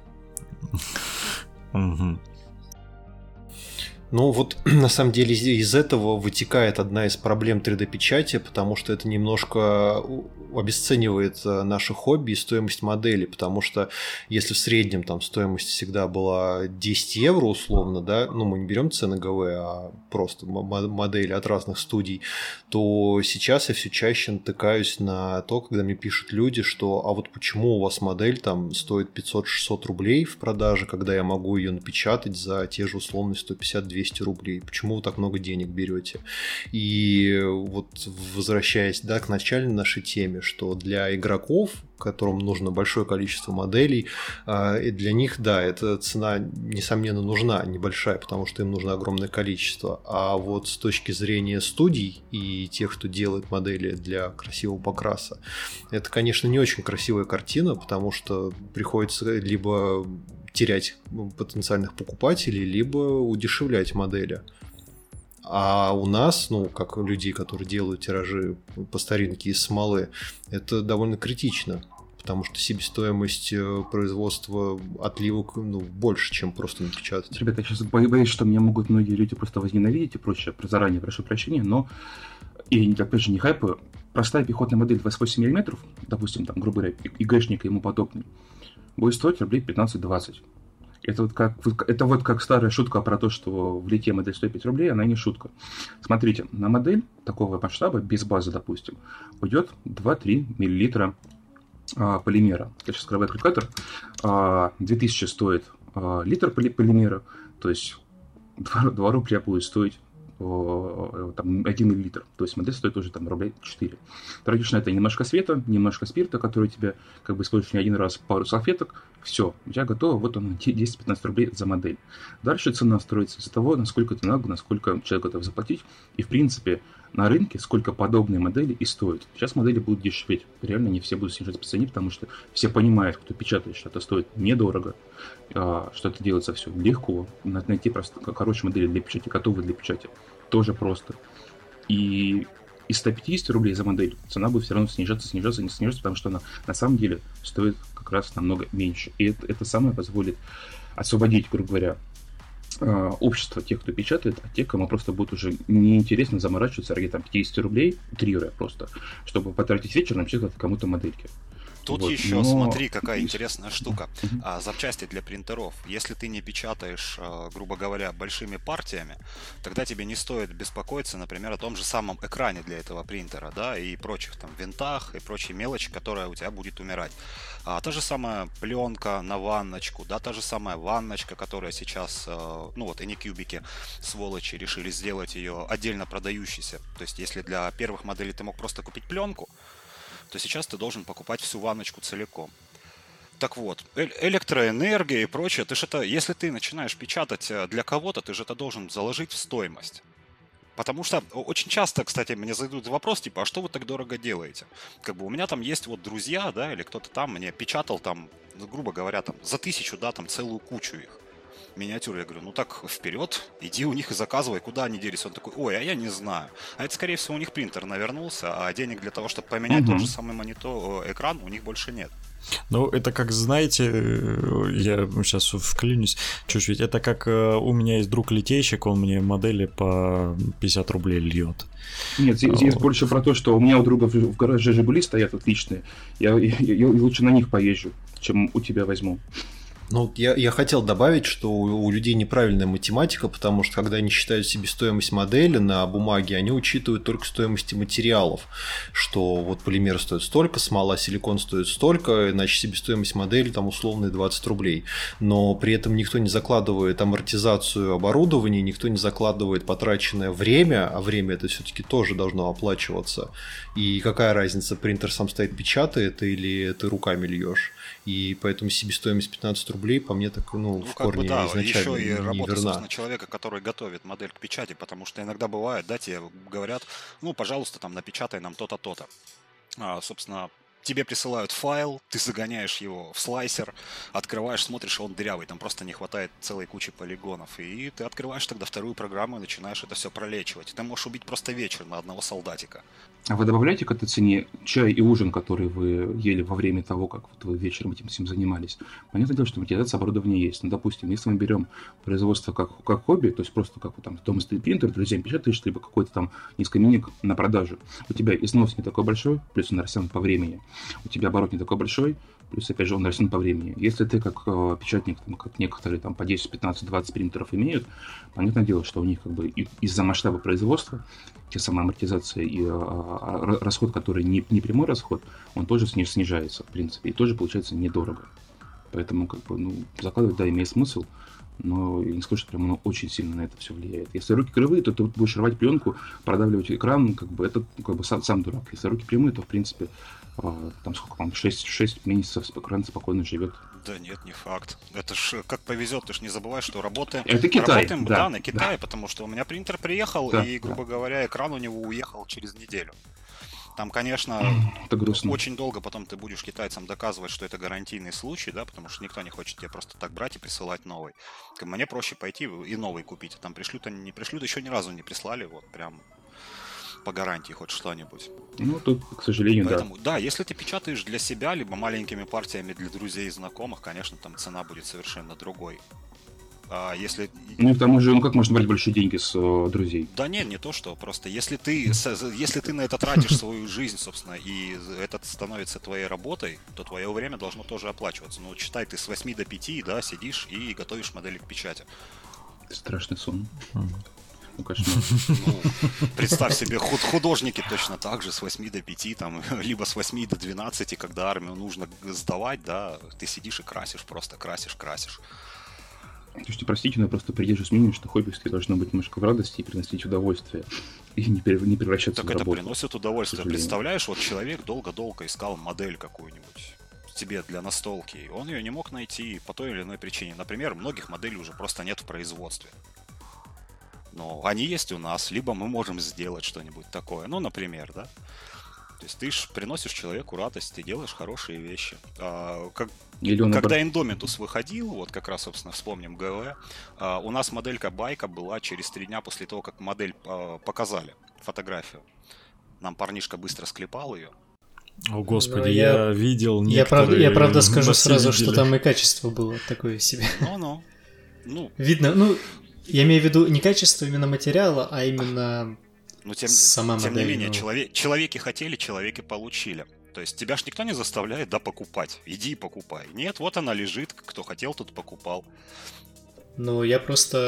Ну вот на самом деле из этого вытекает одна из проблем 3D-печати, потому что это немножко обесценивает наше хобби и стоимость модели, потому что если в среднем там стоимость всегда была 10 евро условно, да, мы не берем цены ГВ, а просто модели от разных студий, то сейчас я все чаще натыкаюсь на то, когда мне пишут люди, что а вот почему у вас модель там стоит 500-600 рублей в продаже, когда я могу ее напечатать за те же условные 150-200 рублей. Почему вы так много денег берете? И вот возвращаясь, да, к начальной нашей теме, что для игроков, которым нужно большое количество моделей, и для них, да, эта цена, несомненно, нужна, небольшая, потому что им нужно огромное количество. А вот с точки зрения студий и тех, кто делает модели для красивого покраса, это, конечно, не очень красивая картина, потому что приходится либо терять потенциальных покупателей, либо удешевлять модели. А у нас, как людей, которые делают тиражи по старинке из смолы, это довольно критично, потому что себестоимость производства отливок больше, чем просто напечатать. Ребята, я сейчас боюсь, что меня могут многие люди просто возненавидеть и прочее. Заранее прошу прощения, но, и опять же не хайпаю, простая пехотная модель 28 мм, допустим, там, грубо говоря, ИГшник и ему подобный, будет стоить рублей 15-20. Это вот как старая шутка про то, что в лите модель стоит 5 рублей, она не шутка. Смотрите, на модель такого масштаба, без базы, допустим, уйдет 2-3 мл полимера. Я сейчас открываю калькулятор. 2000 стоит литр полимера, то есть 2 рубля будет стоить там 1 миллилитр. То есть модель стоит уже там рублей 4. Тратишь на это немножко света, немножко спирта, который тебе как бы используешь не один раз, пару салфеток, все, у тебя готово, вот он 10-15 рублей за модель. Дальше цена строится из-за того, насколько это надо, насколько человек готов заплатить. И в принципе на рынке сколько подобные модели и стоят. Сейчас модели будут дешеветь. Реально не все будут снижать по цене, потому что все понимают, кто печатает, что это стоит недорого, что это делается все легко. Найти просто хорошие модели для печати, готовые для печати, тоже просто. И из 150 рублей за модель цена будет все равно снижаться, потому что она на самом деле стоит как раз намного меньше. И это самое позволит освободить, грубо говоря, общество тех, кто печатает, а тех, кому просто будет уже неинтересно заморачиваться ради там 50 рублей, 3 евро просто, чтобы потратить вечер на напечатать кому-то модельки. Тут Вот, еще но- смотри, какая интересная штука. Запчасти для принтеров. Если ты не печатаешь, грубо говоря, большими партиями, тогда тебе не стоит беспокоиться, например, о том же самом экране для этого принтера, да, и прочих там винтах и прочей мелочи, которая у тебя будет умирать. Та же самая пленка на ванночку, да, та же самая ванночка, которая сейчас, ну вот, Anycubic, сволочи, решили сделать ее отдельно продающейся. То есть, если для первых моделей ты мог просто купить пленку, то сейчас ты должен покупать всю ванночку целиком. Так вот, электроэнергия и прочее, ты же это, если ты начинаешь печатать для кого-то, ты же это должен заложить в стоимость. Потому что очень часто, кстати, мне задают вопрос, типа, а что вы так дорого делаете? Как бы у меня там есть вот друзья, да, или кто-то там мне печатал там, ну, грубо говоря, там за 1000, да, там целую кучу их. Миниатюры. Я говорю, ну так вперед, иди у них и заказывай, куда они делись. Он такой, ой, а я не знаю. А это, скорее всего, у них принтер навернулся, а денег для того, чтобы поменять тот же самый монитор, экран, у них больше нет. Ну, это как, знаете, я сейчас вклинюсь чуть-чуть, это как у меня есть друг-литейщик, он мне модели по 50 рублей льет. Нет, здесь больше про то, что у меня у друга в гараже «Жигули» стоят отличные, я лучше на них поезжу, чем у тебя возьму. Ну, я хотел добавить, что у людей неправильная математика, потому что когда они считают себестоимость модели на бумаге, они учитывают только стоимости материалов, что вот полимер стоит столько, смола, силикон стоит столько, иначе себестоимость модели там условные 20 рублей. Но при этом никто не закладывает амортизацию оборудования, никто не закладывает потраченное время, а время это все-таки тоже должно оплачиваться. И какая разница, принтер сам стоит, печатает или ты руками льешь? И поэтому себестоимость 15 рублей, по мне, так, ну в корне бы, да, изначально еще и работа, неверна. собственно, человека, который готовит модель к печати, потому что иногда бывает, да, тебе говорят, ну, пожалуйста, там, напечатай нам то-то, то-то. Собственно, тебе присылают файл, ты загоняешь его в слайсер, открываешь, смотришь, он дырявый, там просто не хватает целой кучи полигонов. И ты открываешь тогда вторую программу и начинаешь это все пролечивать. Ты можешь убить просто вечер на одного солдатика. А вы добавляете к этой цене чай и ужин, который вы ели во время того, как вот вы вечером этим всем занимались? Понятное дело, что амортизация оборудования есть. Но, допустим, если мы берем производство как хобби, то есть просто как там дома стоит принтер, друзьям печатаешь, либо какой-то там низкоминник на продажу, у тебя износ не такой большой, плюс он растянут по времени. У тебя оборот не такой большой, плюс, опять же, он растянут по времени. Если ты как печатник, там, как некоторые там по 10, 15, 20 принтеров имеют, понятное дело, что у них как бы из-за масштаба производства те самые амортизация и расход, который не прямой расход, он тоже снижается, в принципе, и тоже получается недорого. Поэтому, как бы, ну, закладывать, да, имеет смысл, но я не скажу, что прям оно очень сильно на это все влияет. Если руки кривые, то ты будешь рвать пленку, продавливать экран, как бы это как бы сам дурак. Если руки прямые, то, в принципе, там сколько, по-моему, 6 месяцев экран спокойно живет. Да нет, не факт. Это ж как повезет, ты ж не забывай, что работаем Китай, да, на Китае, потому что у меня принтер приехал, да, и, грубо говоря, экран у него уехал через неделю. Там, конечно, это грустно. Очень долго потом ты будешь китайцам доказывать, что это гарантийный случай, да, потому что никто не хочет тебе просто так брать и присылать новый. Мне проще пойти и новый купить. Там пришлют, они не пришлют, еще ни разу не прислали, вот прям по гарантии хоть что-нибудь. Ну, тут, к сожалению, поэтому, да, если ты печатаешь для себя, либо маленькими партиями для друзей и знакомых, конечно, там цена будет совершенно другой. А если... Ну и к тому же, ну как можно брать большие деньги с друзей? Да нет, не то что, просто если ты на это тратишь свою жизнь, собственно, и это становится твоей работой, то твое время должно тоже оплачиваться. Ну, считай, ты с 8 до 5, да, сидишь и готовишь модели к печати. Страшный сон. Ну, кошмар. Ну, представь себе, художники точно так же с 8 до 5, там, либо с 8 до 12, когда армию нужно сдавать, да, ты сидишь и красишь, просто красишь. То есть, простите, но я просто придерживаюсь мнению, что хоббисты должно быть немножко в радости и приносить удовольствие, и не превращаться в работу. Так это приносит удовольствие. Представляешь, вот человек долго-долго искал модель какую-нибудь тебе для настолки, и он ее не мог найти по той или иной причине. Например, многих моделей уже просто нет в производстве. Но они есть у нас, либо мы можем сделать что-нибудь такое. Ну, например, да. То есть ты ж приносишь человеку радость, ты делаешь хорошие вещи. Когда Индомитус выходил, вот как раз, собственно, вспомним ГВ, у нас моделька байка была через 3 дня после того, как модель показали, фотографию. Нам парнишка быстро склепал ее. О, господи, я видел некоторые... Я правда скажу сразу, что там и качество было такое себе. Ну. Видно, ну, я имею в виду не качество именно материала, а именно сама модель. Тем не менее, человеки хотели, человеки получили. То есть тебя ж никто не заставляет, да, покупать. Иди и покупай. Нет, вот она лежит, кто хотел, тот покупал. Ну, я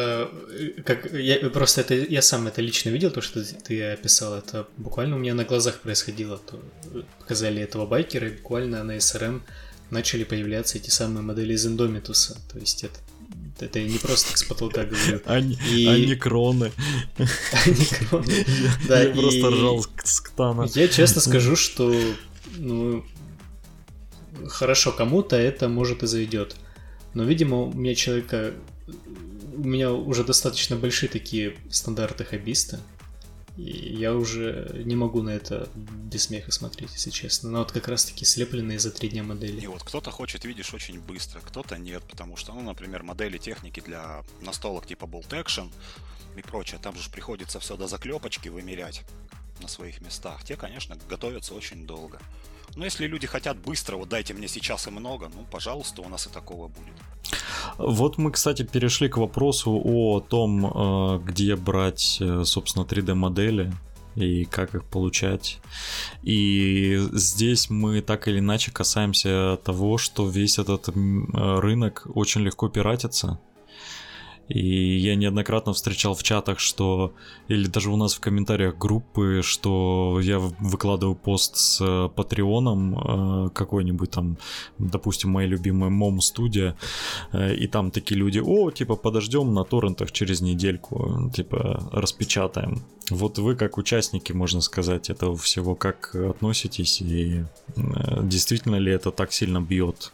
сам это лично видел, то, что ты описал, это буквально у меня на глазах происходило. Показали этого байкера, и буквально на SRM начали появляться эти самые модели из Индомитуса. То есть это не просто с потолка говорю. Они кроны. Я просто ржал с Ктана. Я честно скажу, что хорошо, кому-то это может и зайдет. Но, видимо, у меня уже достаточно большие такие стандарты хоббиста, и я уже не могу на это без смеха смотреть, если честно. Но вот как раз-таки слепленные за 3 дня модели. И вот кто-то хочет, видишь, очень быстро, кто-то нет, потому что, например, модели техники для настолок типа Bolt Action и прочее, там же приходится все до заклепочки вымерять на своих местах. Те, конечно, готовятся очень долго. Но если люди хотят быстро, вот дайте мне сейчас и много, пожалуйста, у нас и такого будет. Вот мы, кстати, перешли к вопросу о том, где брать, собственно, 3D-модели и как их получать. И здесь мы так или иначе касаемся того, что весь этот рынок очень легко пиратится. И я неоднократно встречал в чатах, что... Или даже у нас в комментариях группы, что я выкладываю пост с Патреоном какой-нибудь там, допустим, моя любимая Mom Studio, и там такие люди: подождем на торрентах через недельку, распечатаем. Вот вы, как участники, можно сказать, этого всего, как относитесь, и действительно ли это так сильно бьет,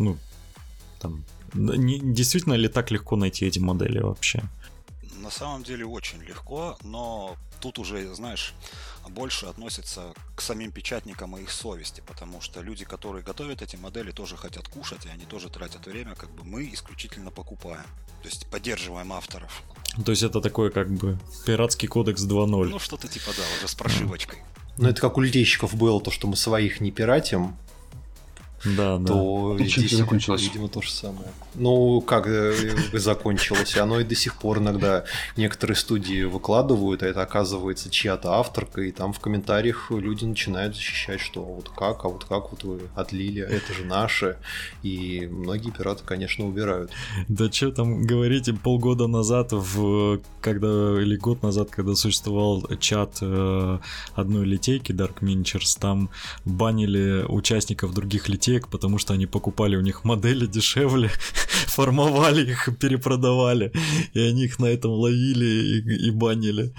действительно ли так легко найти эти модели вообще? На самом деле очень легко, но тут уже, знаешь, больше относится к самим печатникам и их совести, потому что люди, которые готовят эти модели, тоже хотят кушать, и они тоже тратят время, мы исключительно покупаем, то есть поддерживаем авторов. То есть это такой пиратский кодекс 2.0. Что-то типа, да, уже с прошивочкой. Это как у литейщиков было, то, что мы своих не пиратим. Да, то здесь, закончилось? Видимо, то же самое. Как закончилось? Оно и до сих пор иногда некоторые студии выкладывают, а это оказывается чья-то авторка, и там в комментариях люди начинают защищать, что вот как вы отлили, это же наше. И многие пираты, конечно, убирают. Да что там говорите, полгода назад, или год назад, когда существовал чат одной литейки Dark Miniatures, там банили участников других литеек, потому что они покупали у них модели дешевле, формовали их, перепродавали, и они их на этом ловили и банили.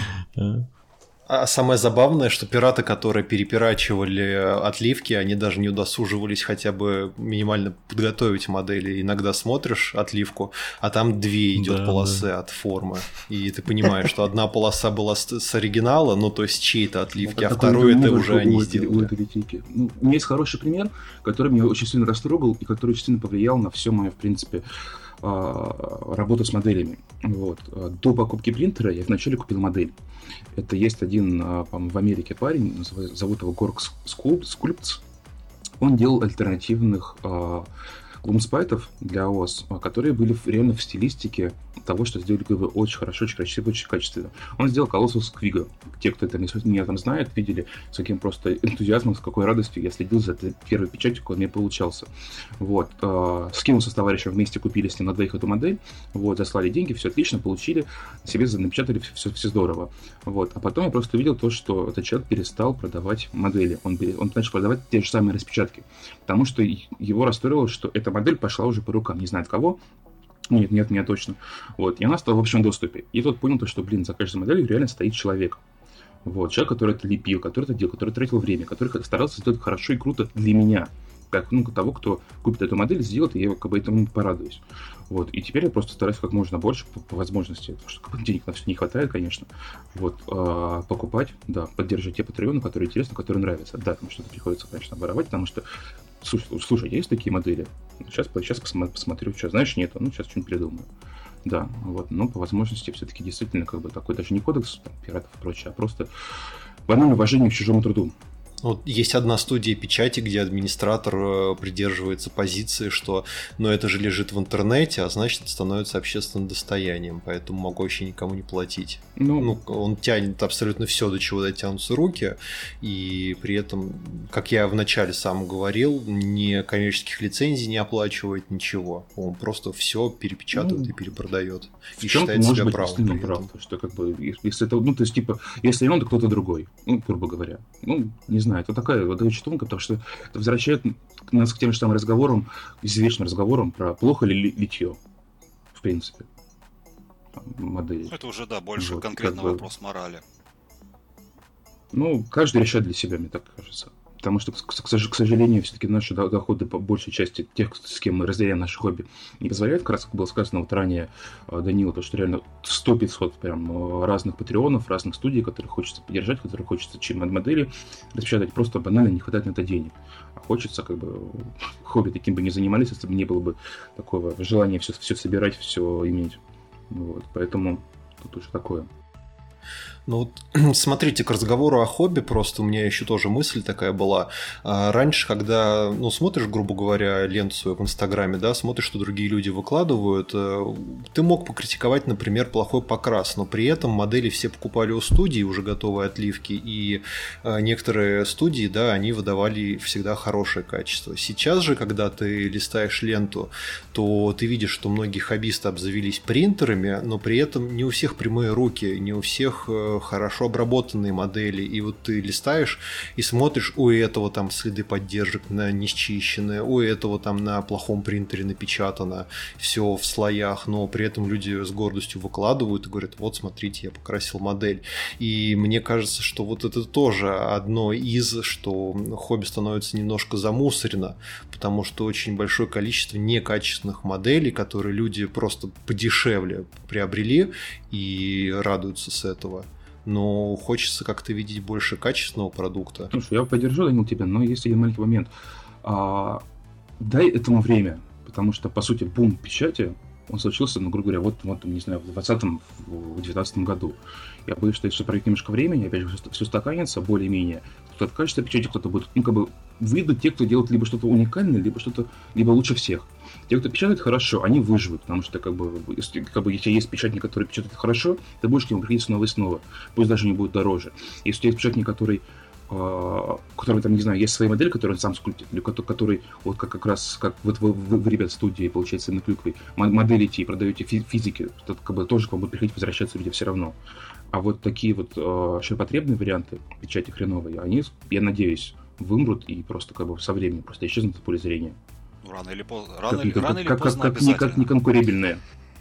А самое забавное, что пираты, которые перепирачивали отливки, они даже не удосуживались хотя бы минимально подготовить модели. Иногда смотришь отливку, а там 2 идет полосы от формы. И ты понимаешь, что одна полоса была с оригинала, то есть чьей-то отливки, а вторую это уже они сделали. У меня есть хороший пример, который меня очень сильно растрогал и который очень сильно повлиял на все мое, в принципе, работу с моделями. До покупки принтера я вначале купил модель. Это есть один, по-моему, в Америке парень, зовут его Горг Скульптс. Он делал альтернативных глумспайтов для ОС, которые были реально в стилистике того, что сделали очень хорошо, очень красиво, очень качественно. Он сделал Колоссус Квига. Те, кто это меня там знает, видели, с каким просто энтузиазмом, с какой радостью я следил за этой первой печатью, когда у меня получался. Скинулся с товарищем, вместе купили с ним на двоих эту модель, заслали деньги, все отлично, получили, себе напечатали, все здорово. А потом я просто увидел то, что этот человек перестал продавать модели. Он начал продавать те же самые распечатки, потому что его расстроило, что эта модель пошла уже по рукам, не знает кого. Нет, меня точно. И она стала в общем доступе. И тот понял, что, за каждой моделью реально стоит человек. Человек, который это лепил, который это делал, который тратил время, который старался сделать хорошо и круто для меня. Как того, кто купит эту модель, сделает, и я этому порадуюсь. И теперь я просто стараюсь как можно больше по возможности, потому что денег на все не хватает, конечно, покупать, поддерживать те патреоны, которые интересны, которые нравятся. Да, там что-то приходится, конечно, воровать, потому что слушай, есть такие модели? Сейчас посмотрю, что знаешь, нету, сейчас что-нибудь придумаю. Да, но по возможности все-таки действительно такой даже не кодекс пиратов и прочее, а просто банальное уважение к чужому труду. Вот есть одна студия печати, где администратор придерживается позиции, что это же лежит в интернете, а значит это становится общественным достоянием, поэтому могу вообще никому не платить. Он тянет абсолютно все, до чего дотянутся руки, и при этом, как я вначале сам говорил, ни коммерческих лицензий не оплачивает, ничего. Он просто все перепечатывает и перепродает. И считает себя правым. Что если это, то есть, типа, если он, то кто-то другой, грубо говоря. Не знаю, это такая вот учетонка, потому что это возвращает нас к тем же самым разговорам, извечным разговорам про плохо ли литье, в принципе, модели. Это уже, больше конкретно вопрос морали. Каждый решает для себя, мне так кажется. Потому что, к сожалению, все-таки наши доходы по большей части тех, с кем мы разделяем наше хобби, не позволяют, как раз как было сказано вот ранее Данила, то, что реально 100-500 прям разных патреонов, разных студий, которые хочется поддержать, которые хочется модели распечатать, просто банально не хватает на это денег. А хочется, хобби таким бы не занимались, если бы не было бы такого желания все собирать, все иметь. Поэтому тут уже такое. Смотрите, к разговору о хобби, просто у меня еще тоже мысль такая была. Раньше, когда, смотришь, грубо говоря, ленту свою в Инстаграме, да, смотришь, что другие люди выкладывают, ты мог покритиковать, например, плохой покрас, но при этом модели все покупали у студии уже готовые отливки, и некоторые студии, да, они выдавали всегда хорошее качество. Сейчас же, когда ты листаешь ленту, то ты видишь, что многие хоббисты обзавелись принтерами, но при этом не у всех прямые руки, не у всех хорошо обработанные модели, и вот ты листаешь и смотришь, у этого там следы поддержек не счищены, у этого там на плохом принтере напечатано, все в слоях, но при этом люди с гордостью выкладывают и говорят, вот смотрите, я покрасил модель. И мне кажется, что вот это тоже одно из, что хобби становится немножко замусорено, потому что очень большое количество некачественных моделей, которые люди просто подешевле приобрели и радуются с этого. Но хочется как-то видеть больше качественного продукта. Слушай, я поддержу, Данил, тебя, но есть один маленький момент. Дай этому время, потому что, по сути, бум печати, он случился, грубо говоря, не знаю, в 2020-2019 году. Я боюсь, что если пройдет немножко времени, опять же, все устаканится более-менее, кто-то откажется от печати, кто-то будет, выйдут те, кто делает либо что-то уникальное, либо лучше всех. Те, кто печатает хорошо, они выживут, потому что, если есть печатник, который печатает хорошо, ты будешь к нему приходить снова и снова, пусть даже не будет дороже. Если у тебя есть печатник, который там, не знаю, есть своя модель, которую он сам скульптит, или который, вот как раз, как вот вы ребят, в студии, получается, на Клюкве, моделите и продаете физики, то тоже к вам будут приходить, возвращаться люди все равно. А вот такие вот ширпотребные варианты печати хреновые, они, я надеюсь, вымрут и просто со временем просто исчезнут в поле зрения. Рано или поздно обязательно. Как неконкурентные.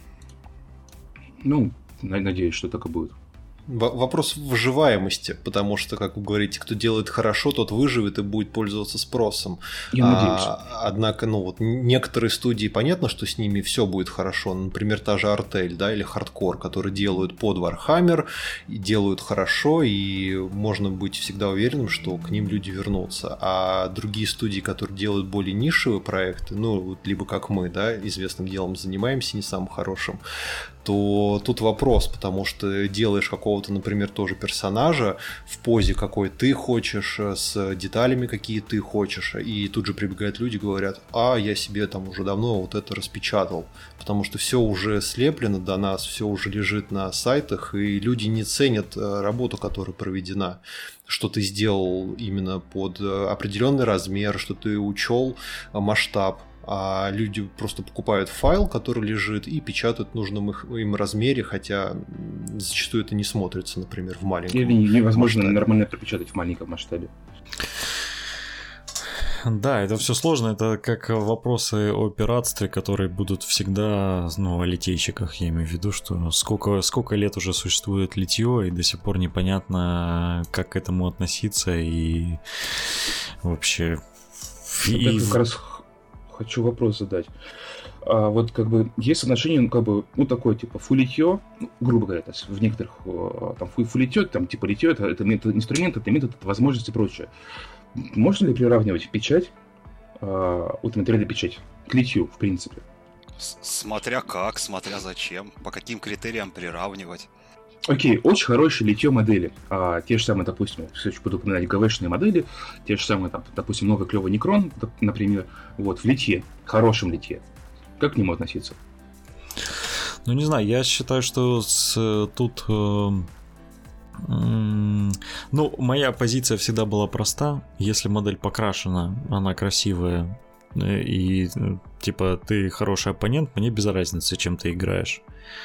Надеюсь, что так и будет. Вопрос выживаемости, потому что, как вы говорите, кто делает хорошо, тот выживет и будет пользоваться спросом. Я надеюсь. Однако, некоторые студии, понятно, что с ними все будет хорошо. Например, та же Артель, да, или Hardcore, которые делают под Warhammer, и делают хорошо, и можно быть всегда уверенным, что к ним люди вернутся. А другие студии, которые делают более нишевые проекты, либо как мы, да, известным делом занимаемся, не самым хорошим, то тут вопрос, потому что делаешь какого-то, например, тоже персонажа в позе, какой ты хочешь, с деталями, какие ты хочешь, и тут же прибегают люди и говорят, я себе там уже давно вот это распечатал, потому что все уже слеплено до нас, все уже лежит на сайтах, и люди не ценят работу, которая проведена, что ты сделал именно под определенный размер, что ты учел масштаб. А люди просто покупают файл, который лежит, и печатают в нужном им размере, хотя зачастую это не смотрится, например, в маленьком масштабе. Или невозможно нормально пропечатать в маленьком масштабе. Да, это все сложно, это как вопросы о пиратстве, которые будут всегда, о литейщиках, я имею в виду, что сколько лет уже существует литье, и до сих пор непонятно, как к этому относиться, и вообще... Как раз хочу вопрос задать. Вот есть отношение, такое, типа, фулитье, грубо говоря, в некоторых, там, фулитье, там, типа, литье, это инструмент, это метод, это возможности и прочее. Можно ли приравнивать печать, 3D-печать, к литью, в принципе? Смотря как, смотря зачем, по каким критериям приравнивать. Окей, очень хорошие литье модели. Те же самые, допустим, все еще буду упоминать ГВшные модели, те же самые, там, допустим, новый клевый Некрон, например, вот, в литье, хорошем литье. Как к нему относиться? Ну, не знаю, я считаю, что тут... Ну, моя позиция всегда была проста. Если модель покрашена, она красивая, и, типа, ты хороший оппонент, мне без разницы, чем ты играешь.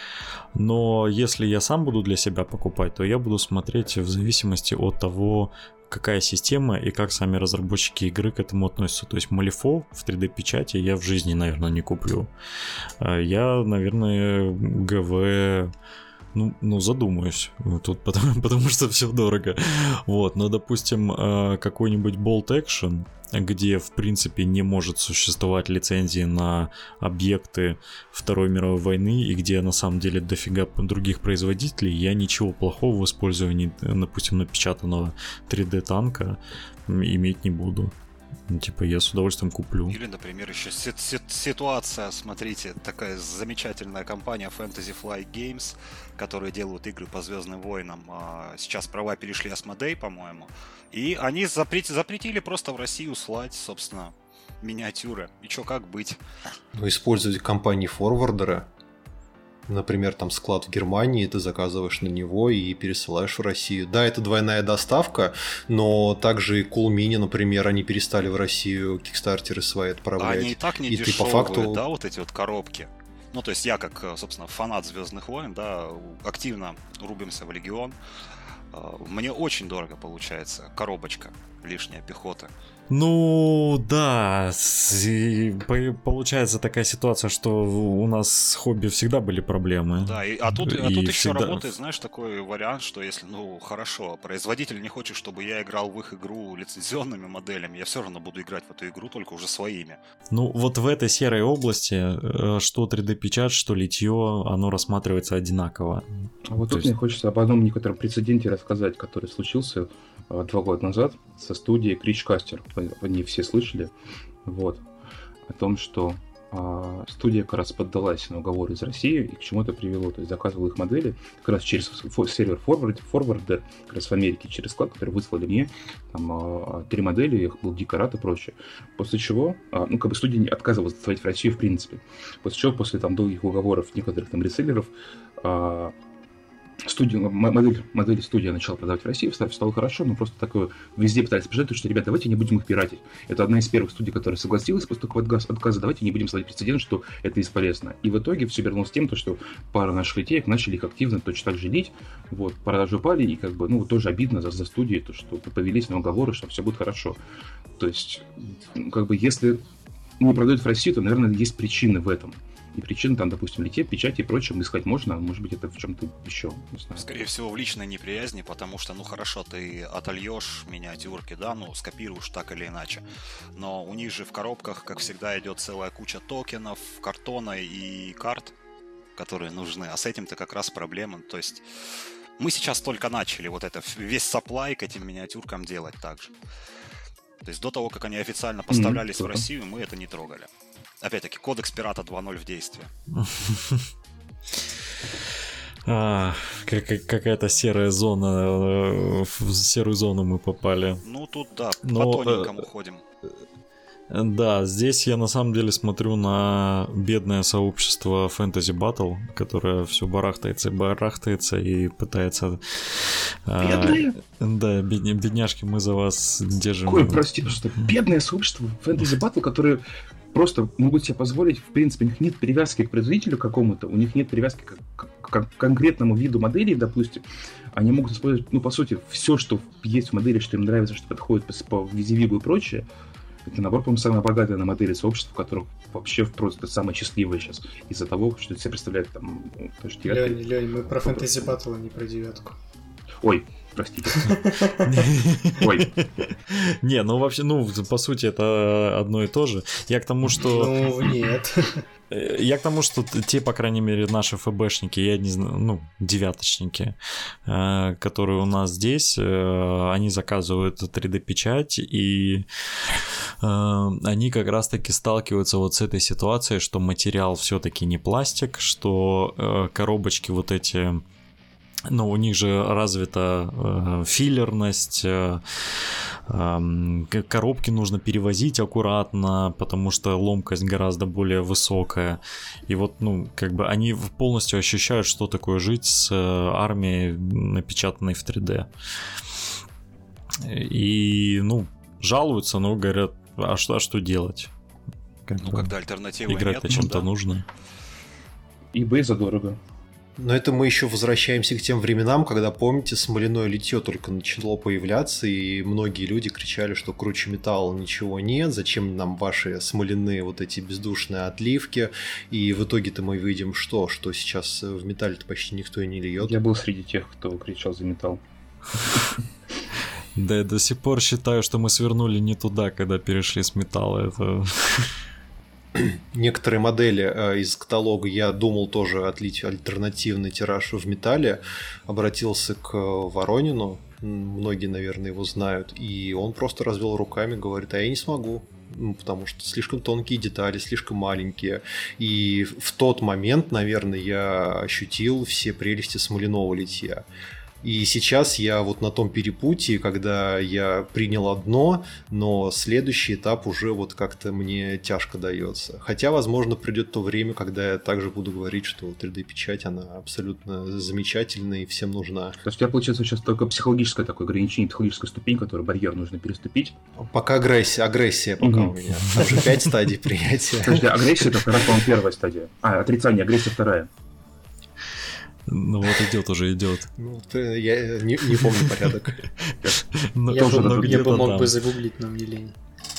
Но если я сам буду для себя покупать, то я буду смотреть в зависимости от того, какая система и как сами разработчики игры к этому относятся. То есть Malifaux в 3D-печати я в жизни, наверное, не куплю. Я, наверное, ГВ... Ну, задумаюсь тут, потому что все дорого. Вот, но, допустим, какой-нибудь Bolt Action, где, в принципе, не может существовать лицензии на объекты Второй мировой войны, и где, на самом деле, дофига других производителей, я ничего плохого в использовании, допустим, напечатанного 3D-танка иметь не буду. Типа, я с удовольствием куплю. Или, например, еще ситуация, смотрите, такая замечательная компания Fantasy Flight Games, которые делают игры по Звездным войнам. Сейчас права перешли Asmodee, по-моему. И они запретили просто в Россию слать, собственно, миниатюры. И чё, как быть? Ну, использовать компании-форвардеры. Например, там склад в Германии, ты заказываешь на него и пересылаешь в Россию. Да, это двойная доставка, но также и Cool Mini, например, они перестали в Россию кикстартеры свои отправлять. Они и так не дешевые, по факту... да, вот эти вот коробки. Ну, то есть я, как, собственно, фанат Звездных войн, да, активно рубимся в Легион. Мне очень дорого получается коробочка, лишняя пехота. Ну, да, получается такая ситуация, что у нас с хобби всегда были проблемы. Да, а тут еще всегда... работает, знаешь, такой вариант, что если, ну, хорошо, производитель не хочет, чтобы я играл в их игру лицензионными моделями, я все равно буду играть в эту игру только уже своими. Ну, вот в этой серой области, что 3D-печать, что литье, оно рассматривается одинаково. А вот тут мне хочется об одном некотором прецеденте рассказать, который случился 2 года назад со студией Кричкастер. Они все слышали, вот, о том, что студия как раз поддалась на уговоры из России, и к чему это привело. То есть заказывал их модели как раз через сервер форвардер, как раз в Америке, через склад, который выслали мне, там 3 модели, их был дико рад и прочее. После чего, ну, как бы студия отказывалась доставать в Россию в принципе. После чего, после там долгих уговоров некоторых там реселлеров, модель студия начала продавать в России, стало хорошо, но просто такое везде пытались прижать, что, ребят, давайте не будем их пиратить. Это одна из первых студий, которая согласилась после такого отказа, давайте не будем ставить прецедент, что это бесполезно. И в итоге все вернулось к тем, что пара наших литеек начали их активно точно так же лить, вот, продажи упали, и как бы, ну, тоже обидно за студии, то, что повелись на уговоры, что все будет хорошо. То есть, как бы, если не продают в Россию, то, наверное, есть причины в этом. И причины там, допустим, литье, печати и прочее искать можно, может быть, это в чем-то еще, не знаю. Скорее всего, в личной неприязни, потому что, ну, хорошо, ты отольешь миниатюрки, да, ну, скопируешь так или иначе, но у них же в коробках, как всегда, идет целая куча токенов, картона и карт, которые нужны, а с этим-то как раз проблема, то есть мы сейчас только начали вот это, весь сапплай к этим миниатюркам делать так же. То есть до того, как они официально поставлялись в Россию, мы это не трогали. Опять-таки, кодекс пирата 2.0 в действии. Какая-то серая зона. В серую зону мы попали. Ну, тут, да, по тоненькому ходим. Да, здесь я на самом деле смотрю на бедное сообщество Fantasy Battle, которое все барахтается и пытается... Бедные? Да, бедняжки, мы за вас держим. Какое, прости, что бедное сообщество Fantasy Battle, которое просто могут себе позволить, в принципе, у них нет привязки к производителю какому-то, у них нет привязки к конкретному виду моделей, допустим. Они могут использовать, ну, по сути, все, что есть в модели, что им нравится, что подходит по визивигу и прочее. Это набор, по-моему, самое богатое на модели сообщества, которое вообще просто самое счастливое сейчас. Из-за того, что это себя представляет там... Лёнь, мы про Fantasy Battle, а не про 9. Ой, простите. Ой. Не, ну вообще, ну, по сути, это одно и то же. Я к тому, что... Ну, нет. Я к тому, что те, по крайней мере, наши ФБшники, я не знаю, ну, девяточники, которые у нас здесь, они заказывают 3D-печать, и они как раз-таки сталкиваются вот с этой ситуацией, что материал все-таки не пластик, что коробочки вот эти Но у них же развита филлерность, коробки нужно перевозить аккуратно, потому что ломкость гораздо более высокая. И вот, как бы они полностью ощущают, что такое жить с армией, напечатанной в 3D. И, жалуются, но говорят, а что делать? Когда альтернативы играть-то нет, чем-то да. нужно. eBay задорого. Но это мы еще возвращаемся к тем временам, когда, помните, смоляное литье только начало появляться, и многие люди кричали, что круче металла ничего нет, зачем нам ваши смоляные вот эти бездушные отливки, и в итоге-то мы видим, что сейчас в металле-то почти никто и не льет. Я был среди тех, кто кричал за металл. Да, я до сих пор считаю, что мы свернули не туда, когда перешли с металла. Это... Некоторые модели из каталога я думал тоже отлить альтернативный тираж в металле. Обратился к Воронину, многие, наверное, его знают, и он просто развел руками, говорит, а я не смогу. Потому что слишком тонкие детали, слишком маленькие. И в тот момент, наверное, я ощутил все прелести смоляного литья. И сейчас я вот на том перепутье, когда я принял одно, но следующий этап уже вот как-то мне тяжко дается. Хотя, возможно, придет то время, когда я также буду говорить, что 3D-печать, она абсолютно замечательная и всем нужна. То есть у тебя получается сейчас только психологическое такое ограничение, психологическая ступень, который барьер нужно переступить. Пока агрессия пока у меня. Там уже 5 стадий принятия. Подожди, агрессия это, по-моему, первая стадия. Отрицание, агрессия вторая. Ну вот идет. Я не помню порядок. Я бы мог бы загуглить, но мне лень.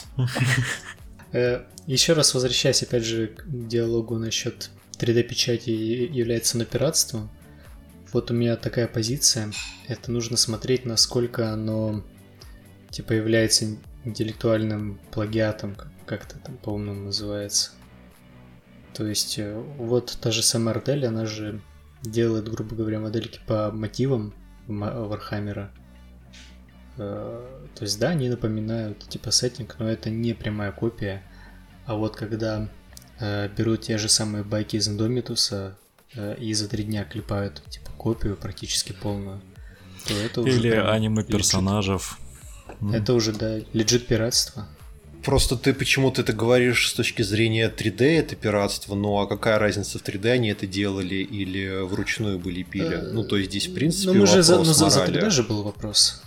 Еще раз возвращаясь опять же к диалогу насчет 3D-печати является оно пиратством. Вот у меня такая позиция. Это нужно смотреть, насколько оно типа является интеллектуальным плагиатом, как это там по-умному называется. То есть вот та же самая Артель, она же делает, грубо говоря, модельки по мотивам Вархаммера. То есть, да, они напоминают типа сеттинг, но это не прямая копия. А вот когда берут те же самые байки из Индомитуса и за 3 дня клепают типа копию практически полную, то это уже... Или аниме персонажев. Это уже, да, легит пиратство. Просто ты почему-то это говоришь с точки зрения 3D, это пиратство, ну а какая разница, в 3D они это делали или вручную бы лепили? Ну, то есть здесь, в принципе, мы же вопрос за морали. 3D же был вопрос.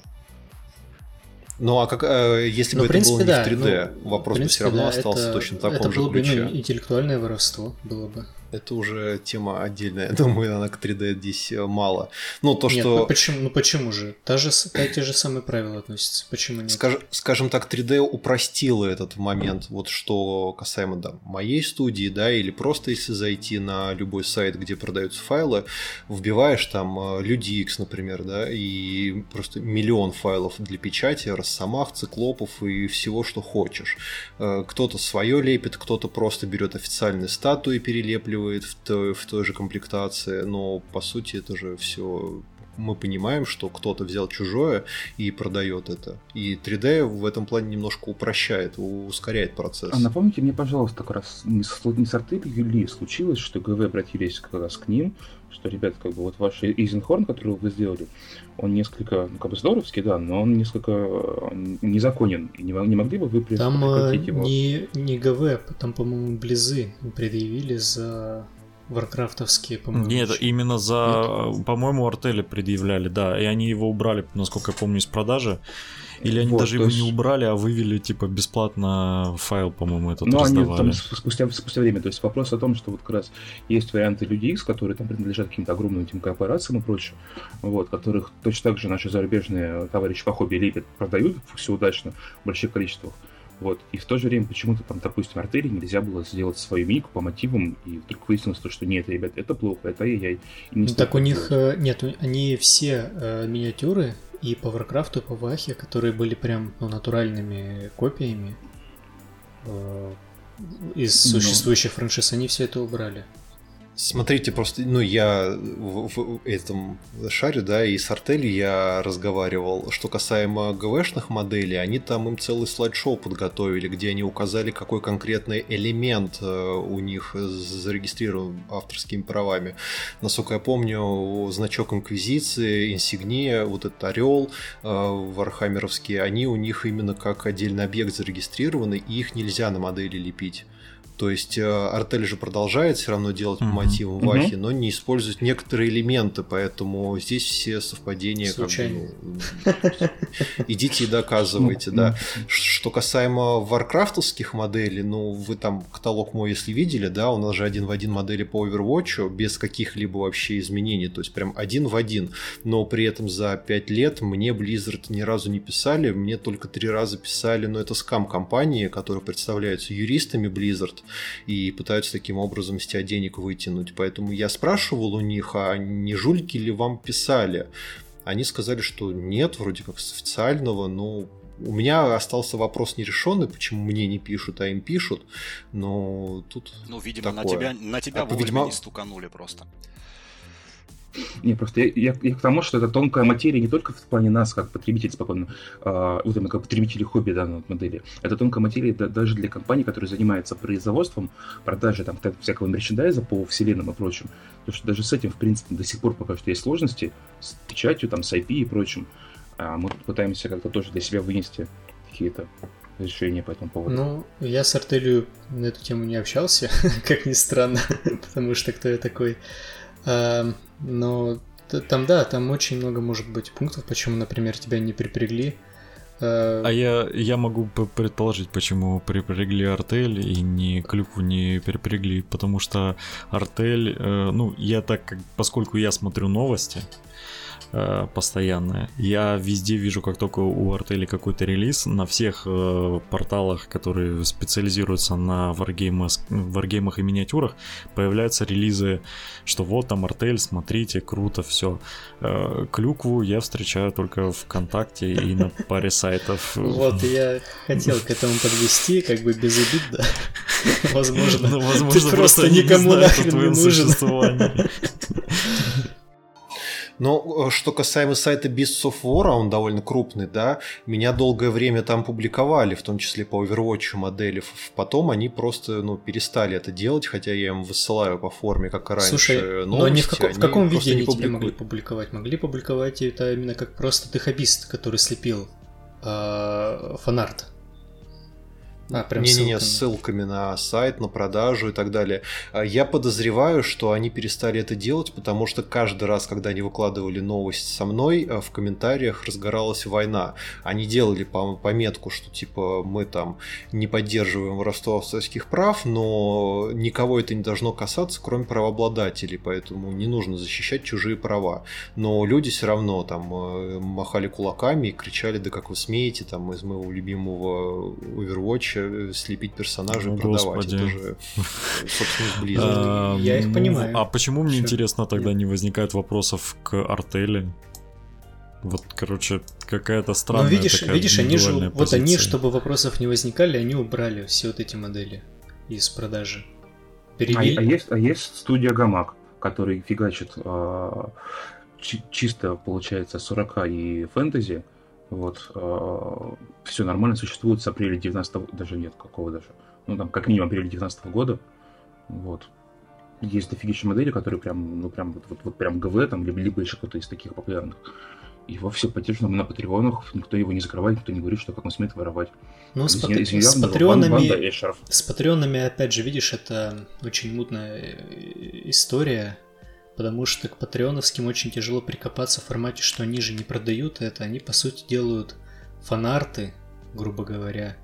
Ну, а как, если бы это было не в 3D, вопрос бы все равно остался точно в таком же ключе. Это было бы интеллектуальное воровство, было бы. Это уже тема отдельная. Я думаю, она к 3D здесь мало. Ну, то, нет, что... почему же? Те же самые правила относятся. Почему нет? Скажем так, 3D упростило этот момент, вот что касаемо моей студии, да, или просто если зайти на любой сайт, где продаются файлы, вбиваешь там LudiX, например, да, и просто миллион файлов для печати, росомах, циклопов и всего, что хочешь. Кто-то свое лепит, кто-то просто берет официальные статуи, перелепливает в той же комплектации, но по сути это же все мы понимаем, что кто-то взял чужое и продает это. И 3D в этом плане немножко упрощает, ускоряет процесс. А напомните мне, пожалуйста, как раз не с Артелью случилось, что ГВ обратились как раз к ним, что, ребят, как бы вот ваш Eisenhorn, который вы сделали, он несколько, как бы здоровский, да, но он несколько незаконен. И не могли бы вы прекратить его? Там не ГВ, там, по-моему, Близы предъявили за варкрафтовские, по-моему. Нет, именно за, по-моему, Артели предъявляли, да, и они его убрали, насколько я помню, из продажи. Или они даже его не убрали, а вывели, типа, бесплатно файл, по-моему, этот раздавали. Ну, они там спустя время. То есть вопрос о том, что вот как раз есть варианты LudiX, которые там принадлежат каким-то огромным этим корпорациям и прочее, вот, которых точно так же наши зарубежные товарищи по хобби лепят, продают все удачно в больших количествах. Вот. И в то же время почему-то там, допустим, Артели нельзя было сделать свою минику по мотивам, и вдруг выяснилось, что нет, ребят, это плохо, это ай-яй. Ну, так у них нет, они все миниатюры и по Варкрафту, и по Вахе, которые были прям натуральными копиями из существующих франшиз, они все это убрали. Смотрите, просто, я в этом шаре, да, и с Артелью я разговаривал. Что касаемо ГВшных моделей, они там им целый слайд-шоу подготовили, где они указали, какой конкретный элемент у них зарегистрирован авторскими правами. Насколько я помню, значок Инквизиции, инсигния, вот этот орел вархаммеровский, они у них именно как отдельный объект зарегистрированы, и их нельзя на модели лепить. То есть Артель же продолжает все равно делать по мотивам Вахи, но не использует некоторые элементы, поэтому здесь все совпадения случайно. Идите и доказывайте, да. Что касаемо варкрафтовских моделей, вы там каталог мой, если видели, да, у нас же один в один модели по Overwatch без каких-либо вообще изменений, то есть прям один в один, но при этом за 5 лет мне Blizzard ни разу не писали, мне только 3 раза писали, но это скам-компании, которые представляются юристами Blizzard, и пытаются таким образом с тебя денег вытянуть. Поэтому я спрашивал у них, а не жульки ли вам писали? Они сказали, что нет, вроде как с официального, но у меня остался вопрос нерешенный, почему мне не пишут, а им пишут, но тут видимо, такое. на тебя вовремя не стуканули просто. Не, просто я к тому, что это тонкая материя не только в плане нас, как потребителей спокойно, как потребителей хобби данной модели. Это тонкая материя даже для компаний, которые занимаются производством, продажей там всякого мерчендайза по вселенным и прочим. Потому что даже с этим, в принципе, до сих пор пока что есть сложности с печатью, там, с IP и прочим. Мы тут пытаемся как-то тоже для себя вынести какие-то решения по этому поводу. Я с Артелью на эту тему не общался, как ни странно, потому что кто я такой. Но там очень много может быть пунктов, почему, например, тебя не припрягли. А я могу предположить, почему припрягли Артель и ни Клюкву не припрягли, потому что Артель, поскольку я смотрю новости постоянно, я везде вижу, как только у Артели какой-то релиз, на всех порталах, которые специализируются на варгеймах и миниатюрах, появляются релизы, что вот там Артель, смотрите, круто, все. Клюкву я встречаю только ВКонтакте и на паре сайтов. Вот, я хотел к этому подвести, как бы без обид, да. Возможно, ты просто никому нахрен не нужен. Но что касаемо сайта Beasts of War, он довольно крупный, да, меня долгое время там публиковали, в том числе по Overwatch модели. Потом они просто, перестали это делать, хотя я им высылаю по форме, как и раньше. Слушай, новости, но в каком виде они тебя могли публиковать? Могли публиковать это именно как просто ты хоббист, который слепил фанарт. Не-не-не, с ссылками на сайт, на продажу и так далее. Я подозреваю, что они перестали это делать, потому что каждый раз, когда они выкладывали новость со мной, в комментариях разгоралась война. Они делали пометку, что типа мы там не поддерживаем воровство авторских прав, но никого это не должно касаться, кроме правообладателей, поэтому не нужно защищать чужие права. Но люди все равно там махали кулаками и кричали: да как вы смеете, там из моего любимого Overwatch слепить персонажей и продавать. Это же, собственно, Blizzard. Я их понимаю. А почему, мне интересно, тогда не возникает вопросов к Артели? Вот, короче, какая-то странная видишь, они же, вот они, чтобы вопросов не возникали, они убрали все вот эти модели из продажи. А есть студия Гамак, который фигачит чисто, получается, 40 и фэнтези. Вот, все нормально существует с апреля 19-го, даже нет, какого даже, там как минимум апреля 19-го года, вот. Есть дофигища модели, которые прям прям ГВ, там, либо еще кто-то из таких популярных. Его все поддержаны на патреонах, никто его не закрывает, никто не говорит, что как он смеет воровать. С патреонами, опять же, видишь, это очень мутная история. Потому что к патреоновским очень тяжело прикопаться в формате, что они же не продают это, они по сути делают фанарты, грубо говоря,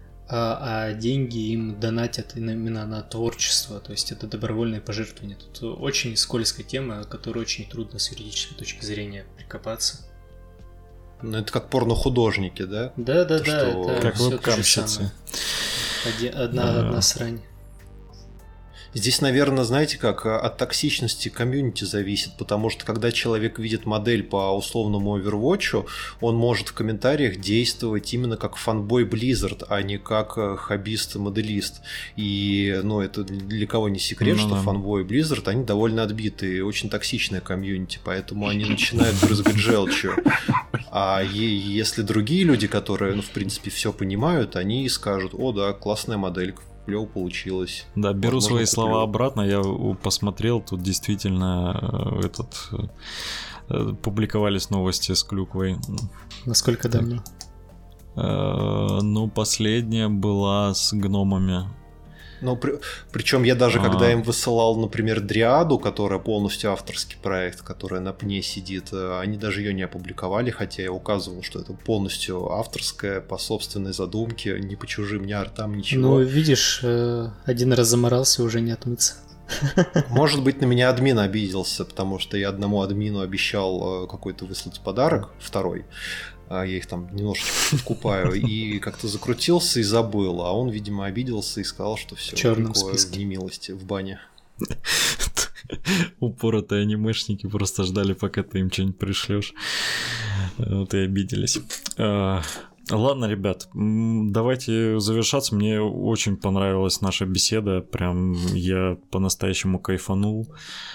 а деньги им донатят именно на творчество, то есть это добровольное пожертвование. Тут очень скользкая тема, о которой очень трудно с юридической точки зрения прикопаться. Это как порнохудожники, да? Да, это как все то же вебкамщицы. самое. Одна срань. Здесь, наверное, знаете как, от токсичности комьюнити зависит, потому что когда человек видит модель по условному Overwatch, он может в комментариях действовать именно как фанбой Blizzard, а не как хоббист-моделист. И, это для кого не секрет, что фанбой Blizzard, они довольно отбитые, очень токсичная комьюнити, поэтому они начинают брызгать желчью. А если другие люди, которые, в принципе, все понимают, они скажут: о, да, классная моделька, клево получилось. Да, беру свои слова обратно, я посмотрел, тут действительно публиковались новости с клюквой. Насколько давно? Последняя была с гномами. Причем я даже, когда им высылал, например, Дриаду, которая полностью авторский проект, которая на пне сидит, они даже ее не опубликовали, хотя я указывал, что это полностью авторская, по собственной задумке, не по чужим ни артам, ничего. Видишь, один раз заморался, уже не отмыться. Может быть, на меня админ обиделся, потому что я одному админу обещал какой-то выслать подарок, второй. Я их там немножечко подкупаю, и как-то закрутился и забыл, а он, видимо, обиделся и сказал, что все, в немилости, в бане. Упоротые анимешники просто ждали, пока ты им что-нибудь пришлешь. Вот и обиделись. Ладно, ребят, давайте завершаться. Мне очень понравилась наша беседа. Прям я по-настоящему кайфанул.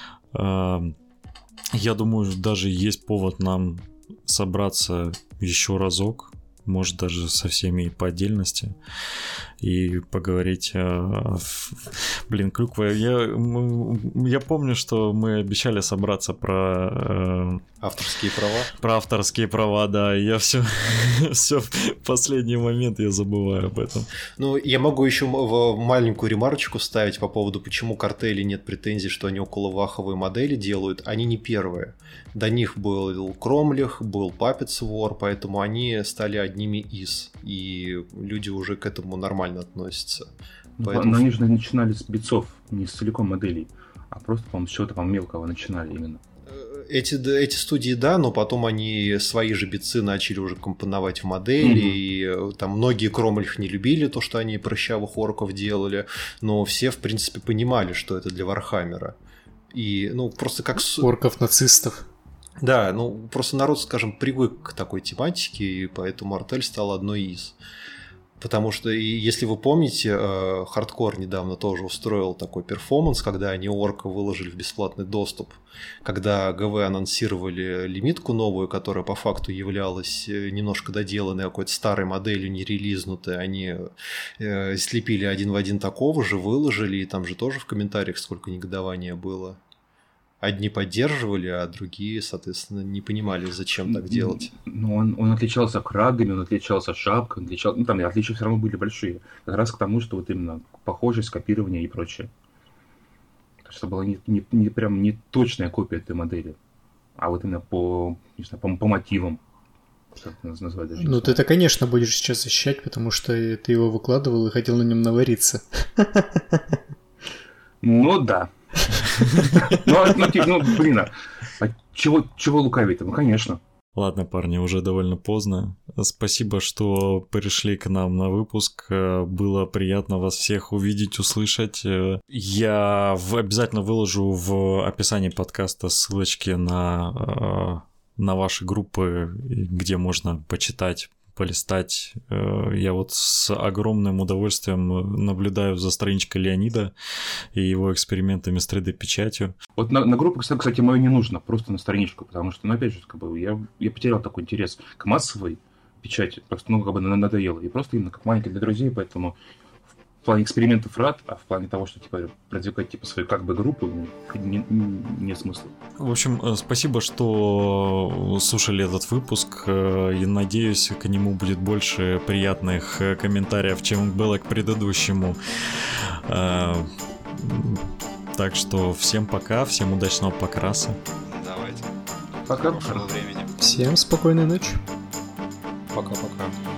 Я думаю, даже есть повод нам собраться еще разок, может даже со всеми и по отдельности, и поговорить. Клюква, я помню, что мы обещали собраться про авторские права. Про авторские права, да. Я все в последний момент я забываю об этом. Я могу еще маленькую ремарочку ставить по поводу, почему Картели нет претензий, что они околоваховые модели делают. Они не первые. До них был Кромлих, был Puppets War, поэтому они стали одними из. И люди уже к этому нормально относятся. Поэтому... Но они же начинали с битцов, не с целиком моделей, а просто, по-моему, с чего-то мелкого начинали именно. Эти студии, да, но потом они свои же битцы начали уже компоновать в модели, и там многие Кромлих не любили то, что они прыщавых орков делали, но все, в принципе, понимали, что это для Вархаммера. И, просто как... Орков-нацистов. Да, просто народ, скажем, привык к такой тематике, и поэтому Артель стал одной из. Потому что, если вы помните, Хардкор недавно тоже устроил такой перформанс, когда они орка выложили в бесплатный доступ. Когда ГВ анонсировали лимитку новую, которая по факту являлась немножко доделанной, какой-то старой моделью, не релизнутой, они слепили один в один такого же, выложили, и там же тоже в комментариях сколько негодования было. Одни поддерживали, а другие, соответственно, не понимали, зачем так делать. Он отличался крагами, он отличался шапкой, там отличия все равно были большие. Как раз к тому, что вот именно похожесть, копирование и прочее. То есть это была не точная копия этой модели, а вот именно по мотивам. Назвать даже ты это, конечно, будешь сейчас защищать, потому что ты его выкладывал и хотел на нем навариться. Да. Чего лукавить-то? Конечно. Ладно, парни, уже довольно поздно. Спасибо, что пришли к нам на выпуск. Было приятно вас всех увидеть, услышать. Я обязательно выложу в описании подкаста ссылочки на ваши группы, где можно почитать, полистать. Я вот с огромным удовольствием наблюдаю за страничкой Леонида и его экспериментами с 3D-печатью. Вот на группу, кстати, мою не нужно, просто на страничку, потому что, опять же, я потерял такой интерес к массовой печати, просто, надоело. И просто именно как маленький для друзей, поэтому в плане экспериментов рад, а в плане того, что, продвигать, свою группу, нет смысла. В общем, спасибо, что слушали этот выпуск. Я надеюсь, к нему будет больше приятных комментариев, чем было к предыдущему. Так что всем пока, всем удачного покраса. Давайте. Пока. Хорошего времени. Всем спокойной ночи. Пока-пока.